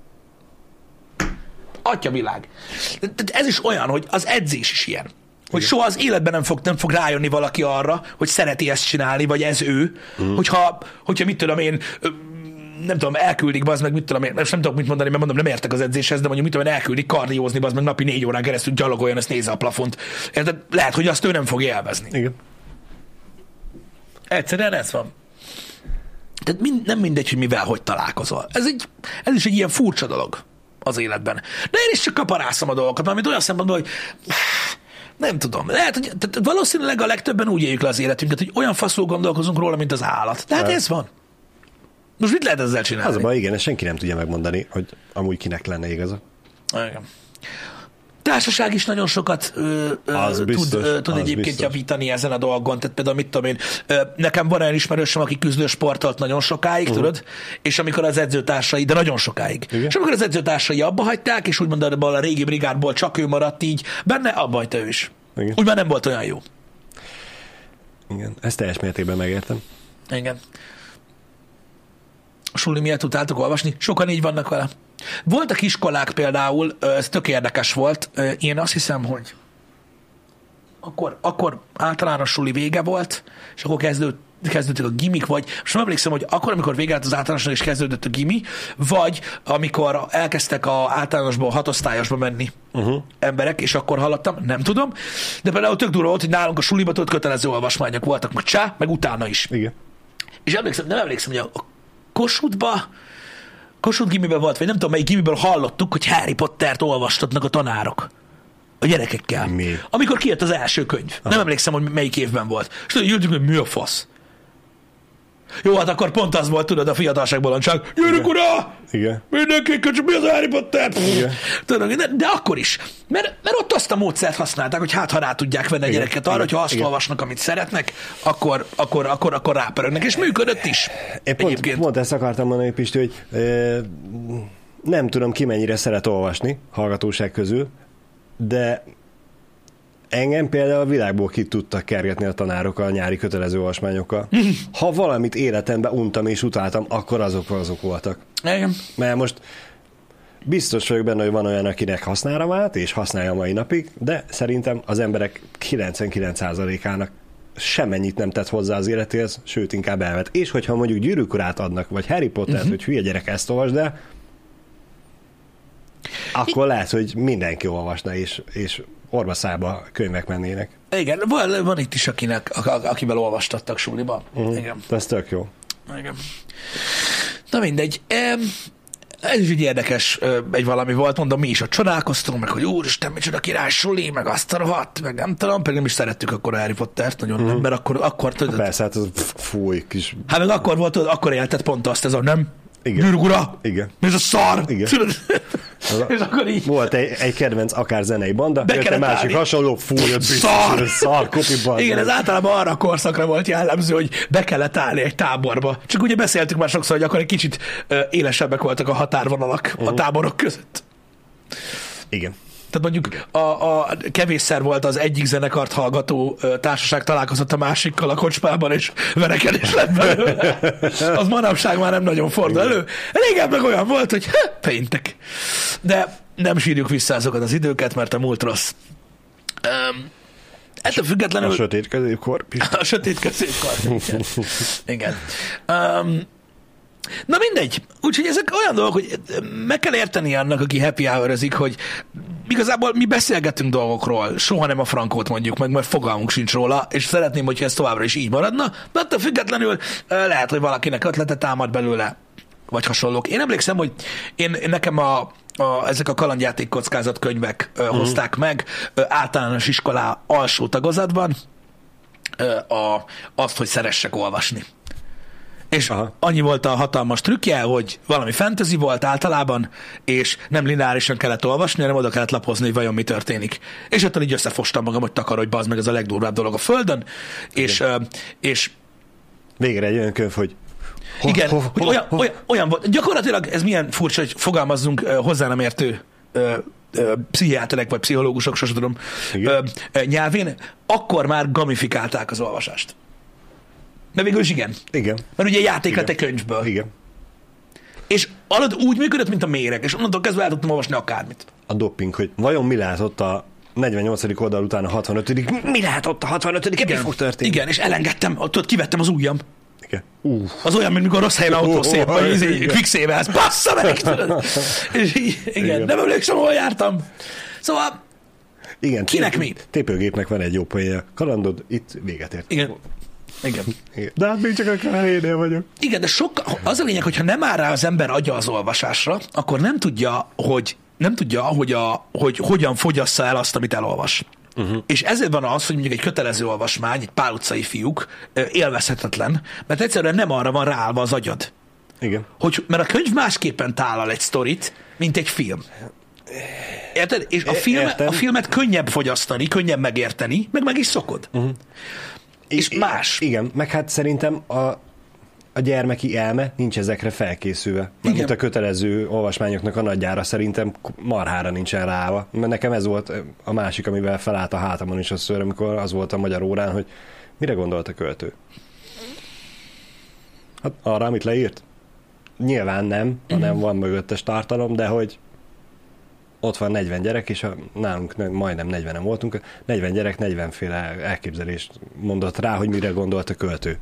Atyavilág. Ez is olyan, hogy az edzés is ilyen. Hogy soha az életben nem fog rájönni valaki arra, hogy szereti ezt csinálni, vagy ez ő, hogyha mit tudom én, nem tudom, elküldik, bazd meg, mit tudom én, most nem tudok mit mondani, mert mondom, nem értek az edzéshez, de mondjuk mit tudom én, elküldik kardiózni, bazd meg napi 4 órán keresztül gyalogoljon, ezt nézze a plafont. Érted? Lehet, hogy azt ő nem fogja élvezni. Igen. Egyszerűen ez van. Tehát nem mindegy, hogy mivel, hogy találkozol. Ez is egy ilyen furcsa dolog az életben. De én is csak kaparászom a dolgokat, mert olyan szempontból, hogy nem tudom. Lehet, hogy valószínűleg a legtöbben úgy éljük le az életünket, hogy olyan faszul gondolkozunk róla, mint az állat. Tehát ez van. Most mit lehet ezzel csinálni? Az a baj, igen, ezt senki nem tudja megmondani, hogy amúgy kinek lenne igaza. Igen. Társaság is nagyon sokat tud egyébként javítani ezen a dolgon. Tehát például mit tudom én, nekem van olyan ismerősöm, aki küzdősportolt nagyon sokáig, tudod, és amikor az edzőtársai, de nagyon sokáig, igen. És amikor az edzőtársai abba hagyták, és úgymond abban a régi brigádból csak ő maradt így, benne abba hagyta ő is. Igen. Úgy már nem volt olyan jó. Igen, ezt teljes mértékben megértem. Igen. A suli miatt utáltuk olvasni, sokan így vannak vele. Voltak iskolák például, ez tök érdekes volt, én azt hiszem, hogy akkor általános suli vége volt, és akkor kezdődtek a gimik, vagy most nem emlékszem, hogy akkor, amikor vége lett az általánosnak, és kezdődött a gimi, vagy amikor elkezdtek az általánosból 6 osztályosba menni emberek, és akkor hallottam, nem tudom, de például tök durva volt, hogy nálunk a suliba kötelező olvasmányok voltak, meg utána is. Igen. És nem emlékszem, hogy a Kossuth gimiben volt, vagy nem tudom, melyik gimiből hallottuk, hogy Harry Pottert olvastatnak a tanárok a gyerekekkel. Mi? Amikor kijött az első könyv. Aha. Nem emlékszem, hogy melyik évben volt. És tudod, jöttünk, hogy mi a fasz? Jó, hát akkor pont az volt, tudod, a fiatalság bolondság. Gyerünk ura! Igen. Mindenki köcsön, mi az Harry Potter? Igen. Tudod, de akkor is. Mert ott azt a módszert használták, hogy hát ha rá tudják venni a gyereket arra, hogy ha azt olvasnak, amit szeretnek, akkor rápörögnek. És működött is. Én pont ezt akartam mondani, Pisti, hogy nem tudom, ki mennyire szeret olvasni hallgatóság közül, de engem például a világból ki tudtak kergetni a tanárok a nyári kötelező olvasmányokkal. Ha valamit életemben untam és utáltam, akkor azok voltak. Igen. Mert most biztos vagyok benne, hogy van olyan, akinek használra vált, és használja a mai napig, de szerintem az emberek 99%-ának semmennyit nem tett hozzá az életéhez, sőt, inkább elvet. És hogyha mondjuk Gyűrűk urát adnak, vagy Harry Pottert, hogy hülye gyerek, ezt olvasd el, akkor lehet, hogy mindenki olvasna, és orvaszába könyvek mennének. Igen, van itt is, akivel olvastattak suliban. Igen. Ez tök jó. Igen. Na mindegy. Ez is egy érdekes egy valami volt, mondom, mi is ott csodálkoztunk, meg hogy úristen, micsoda király suli, meg azt a rohadt, meg nem tudom, pedig nem is szerettük akkor a Harry Pottert, nagyon nem, mert akkor tudod. Persze, hát az fúj kis... Hát meg akkor volt, akkor élted pont azt, ez a nem? Igen. Gyűrűk Igen. Ez a szar! Igen. És akkor így... Volt egy kedvenc akár zenei banda, jött egy másik állni. Hasonló, fúj, szar, kopiban. Igen, ez általában arra a korszakra volt jellemző, hogy be kellett állni egy táborba. Csak ugye beszéltük már sokszor, hogy akkor egy kicsit élesebbek voltak a határvonalak a táborok között. Igen. Tehát mondjuk a kevésszer volt az egyik zenekart hallgató társaság találkozott a másikkal a kocsmában, és verekedés lett belőle. Az manapság már nem nagyon fordul elő. Régen meg olyan volt, hogy péntek. De nem sírjuk vissza azokat az időket, mert a múlt rossz. Ettől függetlenül... A sötét középkor. A sötét középkor. Igen. Na mindegy. Úgyhogy ezek olyan dolgok, hogy meg kell érteni annak, aki happy hour-özik, hogy igazából mi beszélgetünk dolgokról, soha nem a frankót mondjuk meg, mert fogalmunk sincs róla, és szeretném, hogyha ez továbbra is így maradna, de attól függetlenül lehet, hogy valakinek ötlete támad belőle, vagy hasonlók. Én emlékszem, hogy nekem ezek a kalandjáték kockázat könyvek hozták meg általános iskolá alsó tagozatban azt, hogy szeressek olvasni. És annyi volt a hatalmas trükkje, hogy valami fantasy volt általában, és nem lineárisan kellett olvasni, hanem oda kellett lapozni, hogy vajon mi történik. És ettől így összefostam magam, hogy takarodj, bazd meg, ez a legdurvább dolog a Földön, és végre egy olyan könyv, hogy olyan volt. Gyakorlatilag ez milyen furcsa, hogy fogalmazzunk hozzá nem értő pszichiáterek vagy pszichológusok, sosem tudom, nyelvén, akkor már gamifikálták az olvasást. De végül is igen. Igen. Mert ugye játék lett egy könyvből. Igen. És alatt úgy működött, mint a méreg, és onnantól kezdve el tudtam olvasni akármit. A dopping, hogy vajon mi lehet ott a 48. oldal után a 65. Mi lehet ott a 65. Mi fog történni? Igen, és elengedtem, ott kivettem az ujjam. Igen. Az olyan, mint mikor rossz helyen autó szép, vagy quicksévelsz, bassza meg! És igen, nem emlékszem, hol jártam. Szóval, igen, kinek mi? Tépőgépnek van egy jó poénja. Kalandod, itt véget ért. Igen. Igen. De hát még csak a kárénél vagyok. Igen, de az a lényeg, hogyha nem áll rá az ember agya az olvasásra, akkor nem tudja, hogy hogyan fogyassza el azt, amit elolvas. És ezért van az, hogy mondjuk egy kötelező olvasmány, egy Pál utcai fiúk élvezhetetlen, mert egyszerűen nem arra van ráállva az agyad. Igen. Mert a könyv másképpen tálal egy sztorit, mint egy film. Érted? És a filmet könnyebb fogyasztani, könnyebb megérteni, meg is szokod. És más. Igen, meg hát szerintem a gyermeki elme nincs ezekre felkészülve. Mert a kötelező olvasmányoknak a nagyjára szerintem marhára nincsen ráva. Mert nekem ez volt a másik, amivel felállt a hátamon is a szőr, amikor az volt a magyar órán, hogy mire gondolt a költő? Hát arra, amit leírt? Nyilván nem, hanem van mögöttes tartalom, de hogy ott van 40 gyerek, és nálunk majdnem 40-en voltunk, 40 gyerek 40 féle elképzelést mondott rá, hogy mire gondolt a költő.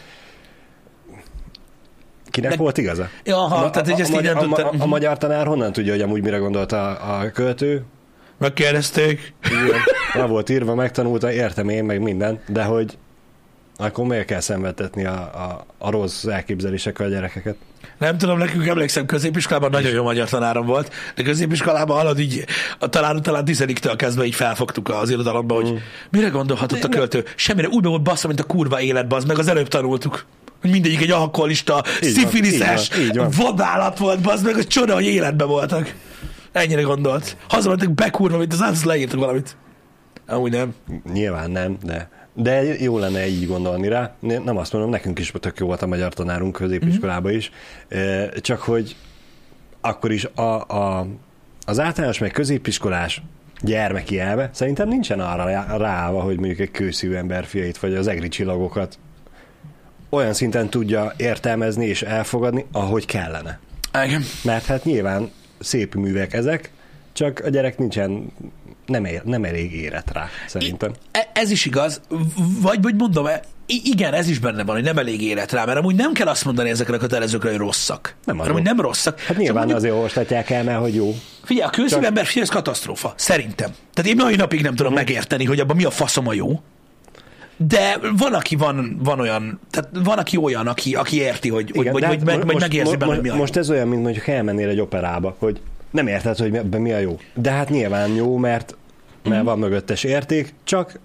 Kinek volt igaza? Ja, tehát ezt így a magyar tanár honnan tudja, hogy amúgy mire gondolt a költő? Megkérdezték. Igen, már volt írva, megtanulta, értem én, meg minden, de hogy akkor miért kell szenvedtetni a rossz elképzelésekkel a gyerekeket? Nem tudom, nekünk emlékszem, középiskolában nagyon jó magyar tanárom volt, de középiskolában hallod így, talán 10-től kezdve így felfogtuk az irodalomba, hogy mire gondolhatott a költő? Semmire, úgy be volt bassza, mint a kurva életbe, az meg az előbb tanultuk. Hogy mindegyik egy alkoholista, szifiliszes vadállat volt, bazd meg, hogy csoda, hogy életben voltak. Ennyire gondolt. Hazamentek bekurva, mint az állat, leírtak valamit. Amúgy nem. Nyilván nem, de jó lenne így gondolni rá. Nem azt mondom, nekünk is tök jó volt a magyar tanárunk középiskolában is, csak hogy akkor is az általános meg középiskolás gyermeki elme szerintem nincsen arra ráállva, hogy mondjuk egy kőszívű ember fiait, vagy az egri csillagokat olyan szinten tudja értelmezni és elfogadni, ahogy kellene. Igen. Mert hát nyilván szép művek ezek, csak a gyerek nem elég érett rá, szerintem. Ez is igaz, vagy mondom, igen, ez is benne van, hogy nem elég érett rá, mert amúgy nem kell azt mondani ezekre a kötelezőkre, hogy rosszak. Nem amúgy nem rosszak. Hát nyilván azért olvastatják el, mert hogy jó. Figyelj, a kőszívű ember, ez katasztrófa. Szerintem. Tehát én mai napig nem tudom megérteni, hogy abban mi a faszom a jó. De van, aki van olyan, tehát van, aki olyan, aki érti, hogy megérzi benne, hogy mi a jó. Most ez olyan, mint mondjuk elmennél egy operába, hogy nem érted, hogy mi a jó. De hát nyilván jó, mert van mögöttes érték, csak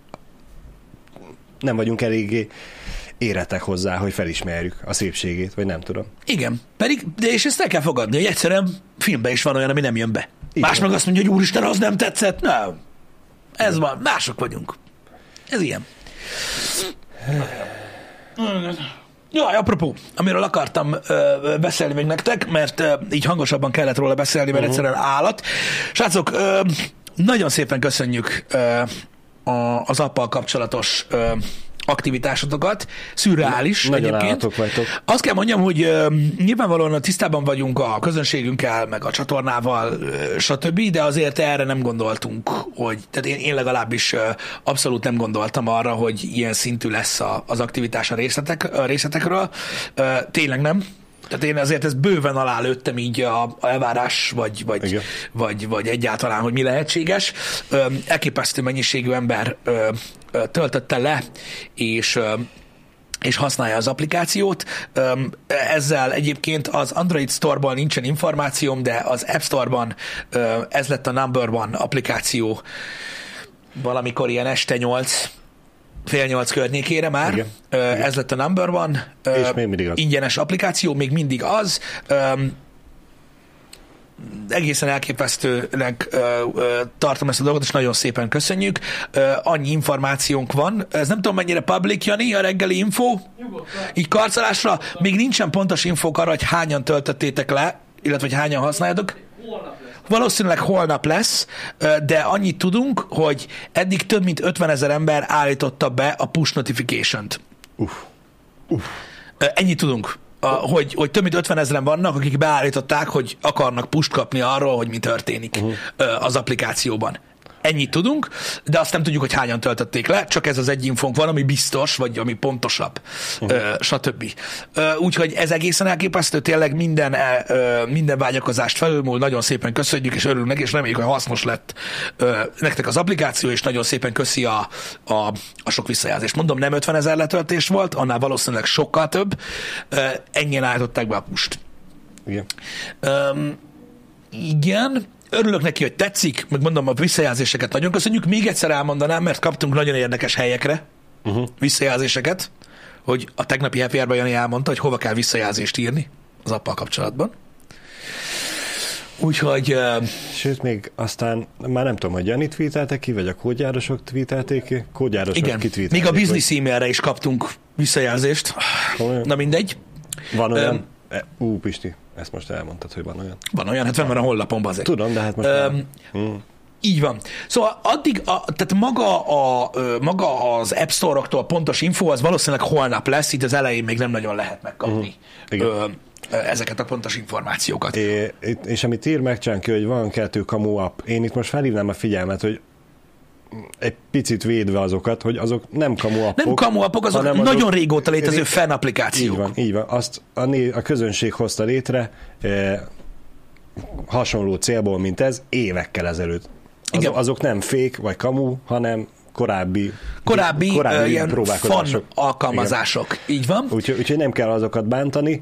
nem vagyunk eléggé éretek hozzá, hogy felismerjük a szépségét, vagy nem tudom. Igen, és ezt el kell fogadni, hogy egyszerűen filmben is van olyan, ami nem jön be. Igen. Más meg azt mondja, hogy úristen, az nem tetszett. Nem. Ez van, mások vagyunk. Ez ilyen. Jaj, apropó, amiről akartam beszélni még nektek, mert így hangosabban kellett róla beszélni, mert egyszerűen állat. Srácok, nagyon szépen köszönjük az appal kapcsolatos aktivitásokat. Szürreális egyébként. Vagytok. Azt kell mondjam, hogy nyilvánvalóan tisztában vagyunk a közönségünkkel, meg a csatornával, stb., de azért erre nem gondoltunk, tehát én legalábbis abszolút nem gondoltam arra, hogy ilyen szintű lesz az aktivitás a részletekről. Tényleg nem. Tehát én azért ezt bőven alálőttem így a elvárás, vagy egyáltalán, hogy mi lehetséges. Elképesztő mennyiségű ember töltötte le, és használja az applikációt. Ezzel egyébként az Android Store-ban nincsen információm, de az App Store-ban ez lett a number one applikáció valamikor ilyen este 7:30 környékére már. Igen. Ez lett a number one. És még mindig az. Ingyenes applikáció, még mindig az. Egészen elképesztőnek tartom ezt a dolgot, és nagyon szépen köszönjük. Annyi információnk van. Ez nem tudom, mennyire public, Jani, a reggeli info. Így karcolásra. Még nincsen pontos infók arra, hogy hányan töltöttétek le, illetve hogy hányan használjátok. Valószínűleg holnap lesz, de annyit tudunk, hogy eddig több mint 50 000 ember állította be a push notification-t. Ennyit tudunk, hogy több mint 50 000 vannak, akik beállították, hogy akarnak pusht kapni arról, hogy mi történik az applikációban. Ennyit tudunk, de azt nem tudjuk, hogy hányan töltötték le, csak ez az egy infónk van, ami biztos, vagy ami pontosabb, stb. Úgyhogy ez egészen elképesztő, tényleg minden vágyakozást felülmúl, nagyon szépen köszönjük, és örülünk neki, és reméljük, hogy hasznos lett nektek az applikáció, és nagyon szépen köszi a sok visszajelzést. Mondom, nem 50 000 letöltés volt, annál valószínűleg sokkal több. Ennyien állították be a pusht. Igen. Igen. Örülök neki, hogy tetszik, meg mondom, a visszajelzéseket nagyon köszönjük. Még egyszer elmondanám, mert kaptunk nagyon érdekes helyekre visszajelzéseket, hogy a tegnapi Happy Hour-ban Jani elmondta, hogy hova kell visszajelzést írni az appal kapcsolatban. Úgyhogy... Sőt, még aztán már nem tudom, hogy Jani tweetelte ki, vagy a kódjárosok tweetelték ki. Kódjárosok kitweetelték. Még a business e-mailre is kaptunk visszajelzést. Na mindegy. Van olyan? Pisti, ezt most elmondtad, hogy van olyan. Van olyan, hát van a honlapon azért. Tudom, de hát most így van. Szóval addig, tehát maga az App Store-októl pontos info, az valószínűleg holnap lesz, itt az elején még nem nagyon lehet megkapni ezeket a pontos információkat. És amit ír meg Csánki, hogy van 2 kamu app, én itt most felhívnám a figyelmet, hogy egy picit védve azokat, hogy azok nem kamu appok. Nem kamu appok, azok nagyon régóta létező fennapplikációk. Így van. Azt a közönség hozta létre hasonló célból, mint ez, évekkel ezelőtt. Azok nem fake vagy kamu, hanem korábbi ilyen fan alkalmazások. Igen. Így van. Úgyhogy nem kell azokat bántani.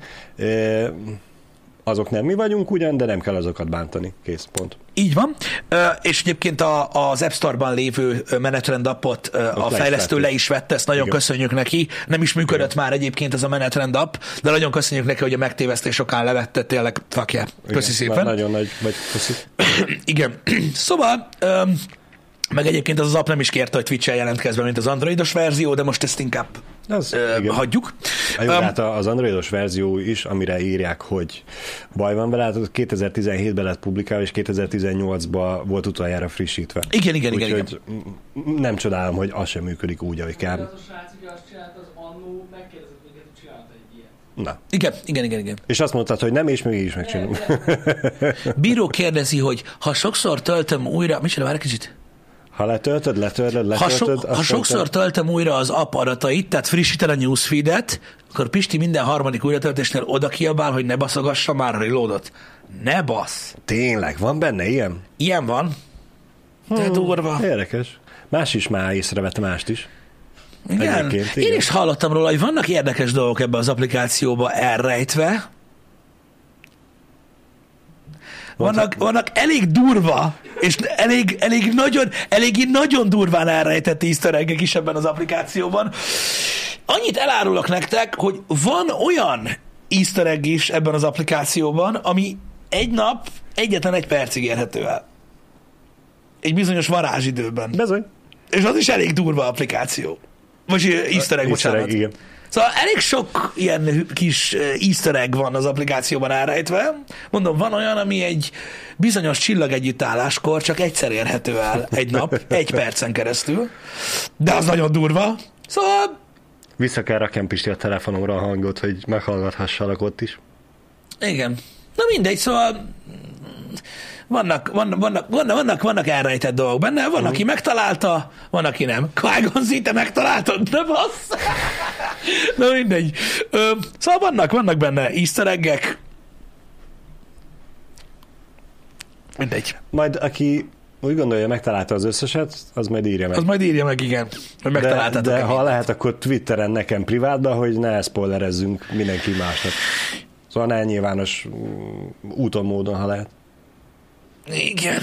Azok nem mi vagyunk ugyan, de nem kell azokat bántani. Kész, pont. Így van. És egyébként az App Store-ban lévő Menetrend appot a fejlesztő le is vette, ezt nagyon köszönjük neki. Nem is működött már egyébként ez a Menetrend app, de nagyon köszönjük neki, hogy a megtévesztés okán levette, tényleg fuck yeah. Köszi szépen. Nagyon nagy vagy, köszi. Igen. Szóval... meg egyébként az app nem is kérte, hogy Twitch-el jelentkezve, mint az androidos verzió, de most ezt inkább hagyjuk. Jó, hát az androidos verzió is, amire írják, hogy baj van vele, 2017-ben lett publikálva, és 2018-ban volt utoljára frissítve. Igen. Nem csodálom, hogy az sem működik úgy, ahogy kell. Az a srác, aki azt csinált, az annó megkérdezett minket, hogy csinálta egy ilyet. Na. Igen. És azt mondtad, hogy nem, és még is megcsinálom. Bíró kérdezi, hogy ha sokszor töltöm újra... Micsoda, várj kicsit? Ha letöltöd. Ha sokszor töltöm újra az app adatait, tehát frissíted a newsfeedet, akkor Pisti minden harmadik újratöltésnél oda kiabál, hogy ne baszogassa már a reloadot. Ne bassz! Tényleg, van benne ilyen? Ilyen van. De durva. Érdekes. Más is már észrevette mást is. Igen. Én is hallottam róla, hogy vannak érdekes dolgok ebbe az applikációba elrejtve. Vannak elég durva, és elég nagyon durván elrejtett easter egg-ek is ebben az applikációban. Annyit elárulok nektek, hogy van olyan easter egg is ebben az applikációban, ami egy nap egyetlen 1 percig érhető el. Egy bizonyos varázsidőben. Bizony. És az is elég durva applikáció. Vagy easter egg, bocsánat. Igen. Szóval elég sok ilyen kis easter egg van az applikációban elrejtve. Mondom, van olyan, ami egy bizonyos csillagegyüttálláskor csak egyszer érhető el egy nap, 1 percen keresztül. De az nagyon durva. Szóval... Vissza kell rakjam, Pisti, a telefonomra a hangot, hogy meghallgathassalak ott is. Igen. Na mindegy, szóval... Vannak elrejtett dolgok benne, van, aki megtalálta, van, aki nem. Qui-Gon, te megtaláltad? Ne bassz! Na mindegy. Szóval vannak benne easter egg-ek. Mindegy. Majd aki úgy gondolja, megtalálta az összeset, az majd írja meg. Az majd írja meg, igen, hogy megtaláltátok. De ha lehet, akkor Twitteren nekem privátban, hogy ne spoilerezzünk mindenki másnak. Szóval ne nyilvános úton, módon, ha lehet. Igen.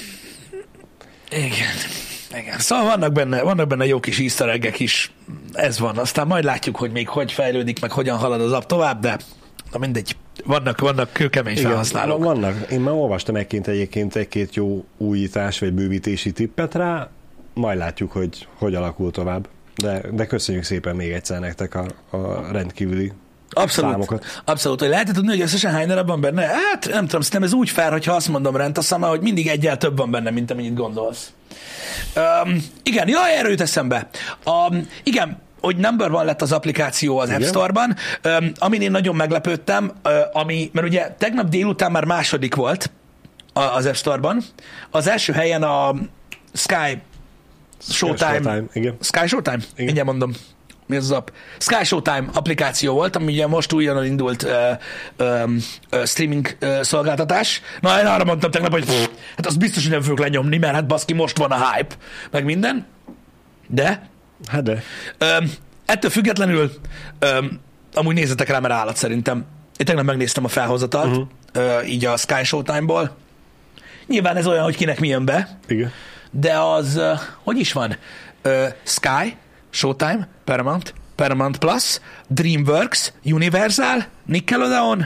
Szóval vannak benne jó kis easter egg-ek is. Ez van. Aztán majd látjuk, hogy még hogy fejlődik, meg hogyan halad az app tovább, de na mindegy. Vannak kőkemény felhasználók. Vannak. Én már olvastam egyébként egy-két jó újítás vagy bővítési tippet rá. Majd látjuk, hogy alakul tovább. De köszönjük szépen még egyszer nektek a rendkívüli számokat. Abszolút, hogy lehetett tudni, hogy összesen hány darab van benne? Hát nem tudom, szerintem ez úgy fair, hogyha azt mondom rendtaszám, hogy mindig egyel több van benne, mint amennyit gondolsz. Igen, erről jut eszembe. Igen, hogy number one lett az applikáció az App Store-ban, amin én nagyon meglepődtem, mert ugye tegnap délután már második volt az App Store-ban. Az első helyen a Sky Showtime. Sky Showtime? Igen, mondom. Mi az app? Sky Showtime applikáció volt, ami ugye most újonnan indult streaming szolgáltatás. Na, én arra mondtam tegnap, hogy hát azt biztos, hogy nem fogok lenyomni, mert hát baszki, most van a hype, meg minden. De? Hát de. Ettől függetlenül amúgy nézzetek rá, mert állat szerintem. Én tegnap megnéztem a felhozatalt, így a Sky Showtime-ból. Nyilván ez olyan, hogy kinek mi jön be. Igen. De az, hogy is van? Sky, Showtime, Paramount Plus, DreamWorks, Universal, Nickelodeon.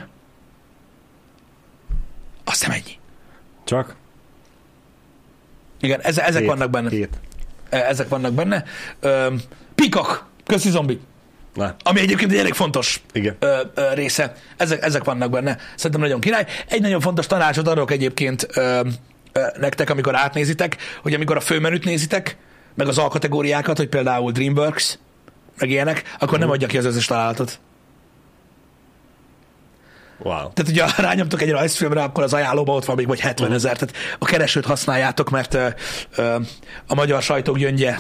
Azt hiszem ennyi. Csak? Igen, ezek vannak benne. Ezek vannak benne. Peacock, köszi zombi. Na. Ami egyébként egy elég fontos része. Ezek vannak benne. Szerintem nagyon király. Egy nagyon fontos tanácsot adok egyébként nektek, amikor átnézitek, hogy amikor a főmenüt nézitek, meg az alkategóriákat, hogy például DreamWorks, meg ilyenek, akkor nem adja ki az összes találatot. Wow. Tehát, hogyha rányomtok egy rajzfilmre, akkor az ajánlóban ott van még vagy 70 000. Tehát a keresőt használjátok, mert a magyar sajtó gyöngye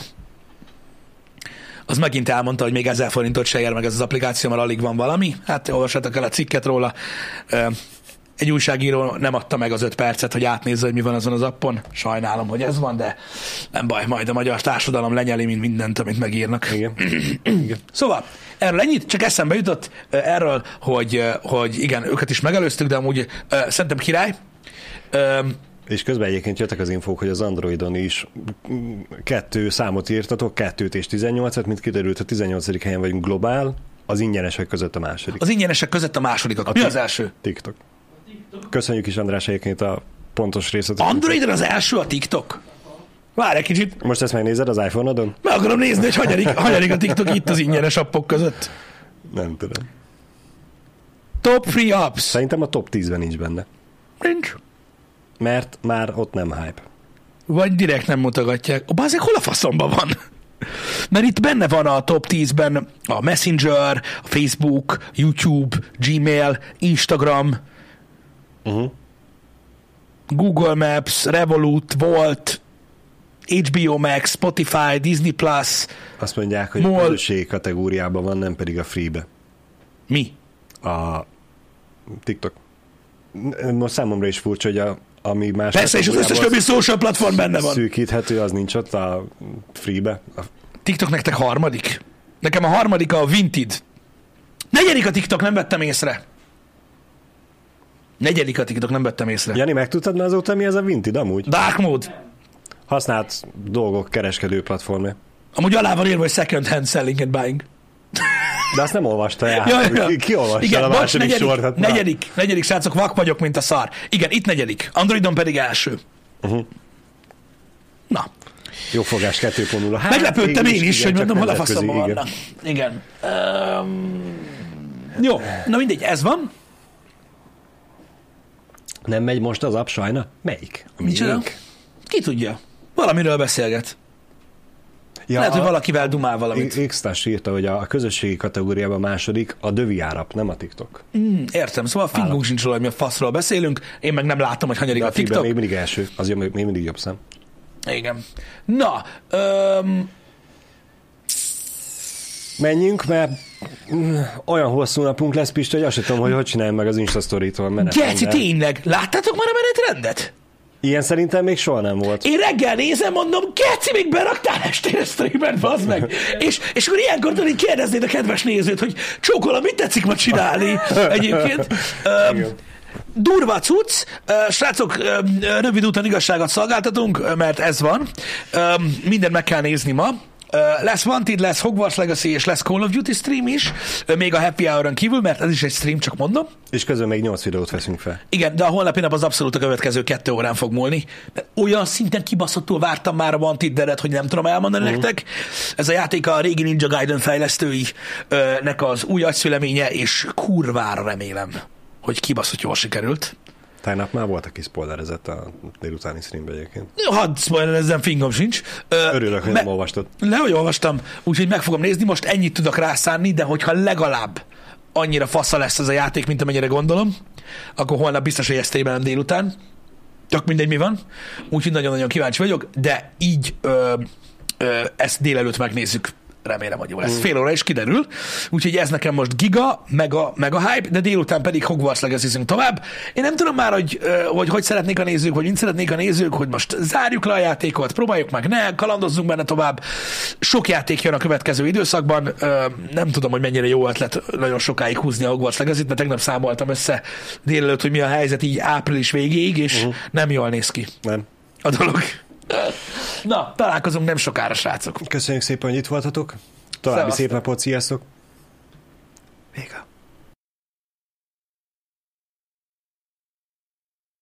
az megint elmondta, hogy még 1000 forintot se ér meg ez az applikáció, mert alig van valami. Hát olvassatok el a cikket róla. Egy újságíró nem adta meg az 5 percet, hogy átnézze, hogy mi van azon az appon. Sajnálom, hogy ez van, de nem baj, majd a magyar társadalom lenyeli, mint mindent, amit megírnak. Igen. Szóval, erről ennyit, csak eszembe jutott erről, hogy igen, őket is megelőztük, de amúgy szerintem király. És közben egyébként jöttek az infók, hogy az Androidon is 2 számot írtatok, 2-t és 18-et, mint kiderült, a 18. helyen vagyunk globál, az ingyenesek között a második. Az ingyenesek között a második. Mi az első? TikTok. Köszönjük is, András, egyébként a pontos részlet. Androidon az első a TikTok? Várj egy kicsit. Most ezt megnézed az iPhone-odon? Meg akarom nézni, hogy hanyadik a TikTok itt az ingyenes appok között. Nem tudom. Top free apps. Szerintem a top 10-ben nincs benne. Nincs. Mert már ott nem hype. Vagy direkt nem mutogatják. Bázek, hol a faszomban van? Mert itt benne van a top 10-ben a Messenger, a Facebook, YouTube, Gmail, Instagram, Google Maps, Revolut, Volt, HBO Max, Spotify, Disney Plus. Azt mondják, hogy a közösségi kategóriában van, nem pedig a free-be. Mi? A TikTok. Most számomra is furcsa, hogy ami más... Persze, és az összes többi social platform benne van. Szűkíthető, az nincs ott a free-be. TikTok nektek harmadik? Nekem a harmadik a Vinted. Negyedik a TikTok, nem vettem észre. Negyedik a TikTok, nem vettem észre. Jani, megtudtad már azóta, mi ez a Vinted amúgy? Dark mode. Használt dolgok kereskedő platformja. Amúgy alá van írva, hogy second hand selling and buying. De azt nem olvasta el. Ki olvasta igen, a második sort? Negyedik, srácok, vak vagyok, mint a szar. Igen, itt negyedik. Androidon pedig első. Na. Jó fogás 2.0. Hát, meglepődtem én is, hogy mondom, hol a faszomban vannak. Igen. Jó, na mindegy, ez van. Nem megy most az app, sajna? Melyik? Micsoda? Ki tudja? Valamiről beszélget. Ja, lehet, hogy valakivel dumál valamit. X-Tash írta, hogy a közösségi kategóriában második a DeviantArt app, nem a TikTok. Értem, szóval fingunk sincs róla, hogy mi a faszról beszélünk. Én meg nem látom, hogy hanyadik a TikTok. Még mindig első, az még mindig jobb szem. Igen. Na, menjünk, mert olyan hosszú napunk lesz, Pista, hogy azt sem tudom, hogy csináljam meg az Instastory-tól. Geci, tényleg, láttátok már a menetrendet? Ilyen szerintem még soha nem volt. Én reggel nézem, mondom, Geci, még beraktál estére streamet, bazd meg. és akkor ilyenkor tudod, kérdeznéd a kedves nézőt, hogy csókola, mit tetszik ma csinálni egyébként. Durva cucc, srácok, rövid úton igazságot szolgáltatunk, mert ez van. Mindent meg kell nézni ma. Lesz Wanted, lesz Hogwarts Legacy, és lesz Call of Duty stream is, még a Happy Hour-on kívül, mert ez is egy stream, csak mondom. És közben még 8 videót veszünk fel. Igen, de a holnapi nap az abszolút a következő 2 órán fog múlni. Mert olyan szinten kibaszottul vártam már a Wanted Dead-et, hogy nem tudom elmondani nektek. Ez a játék a régi Ninja Gaiden fejlesztőinek az új agyszüleménye, és kurvára remélem, hogy kibaszott jól sikerült. Tegnap már volt, aki spoilerezett a délutáni streambe egyébként. Hadd spoilerezzem, fingom sincs. Örülök, hogy nem olvastad. Lehogy olvastam, úgyhogy meg fogom nézni, most ennyit tudok rászánni, de hogyha legalább annyira fasza lesz ez a játék, mint amennyire gondolom, akkor holnap biztos, hogy ezt nem délután. Tök mindegy, mi van. Úgyhogy nagyon-nagyon kíváncsi vagyok, de így ezt délelőtt megnézzük. Remélem, hogy jó lesz. Fél óra is kiderül. Úgyhogy ez nekem most giga, meg a hype, de délután pedig Hogwarts Legacy-zünk tovább. Én nem tudom már, hogy szeretnék a nézők, vagy mint szeretnék a nézők, hogy most zárjuk le a játékot, próbáljuk meg, ne, kalandozzunk benne tovább. Sok játék jön a következő időszakban. Nem tudom, hogy mennyire jó ötlet nagyon sokáig húzni a Hogwarts Legacy-t, mert tegnap számoltam össze délelőtt, hogy mi a helyzet így április végéig, és nem jól néz ki. Nem. A dolog. Na, találkozunk nem sokára, srácok. Köszönjük szépen, hogy itt voltatok. További szép napot, sziasztok! Vége.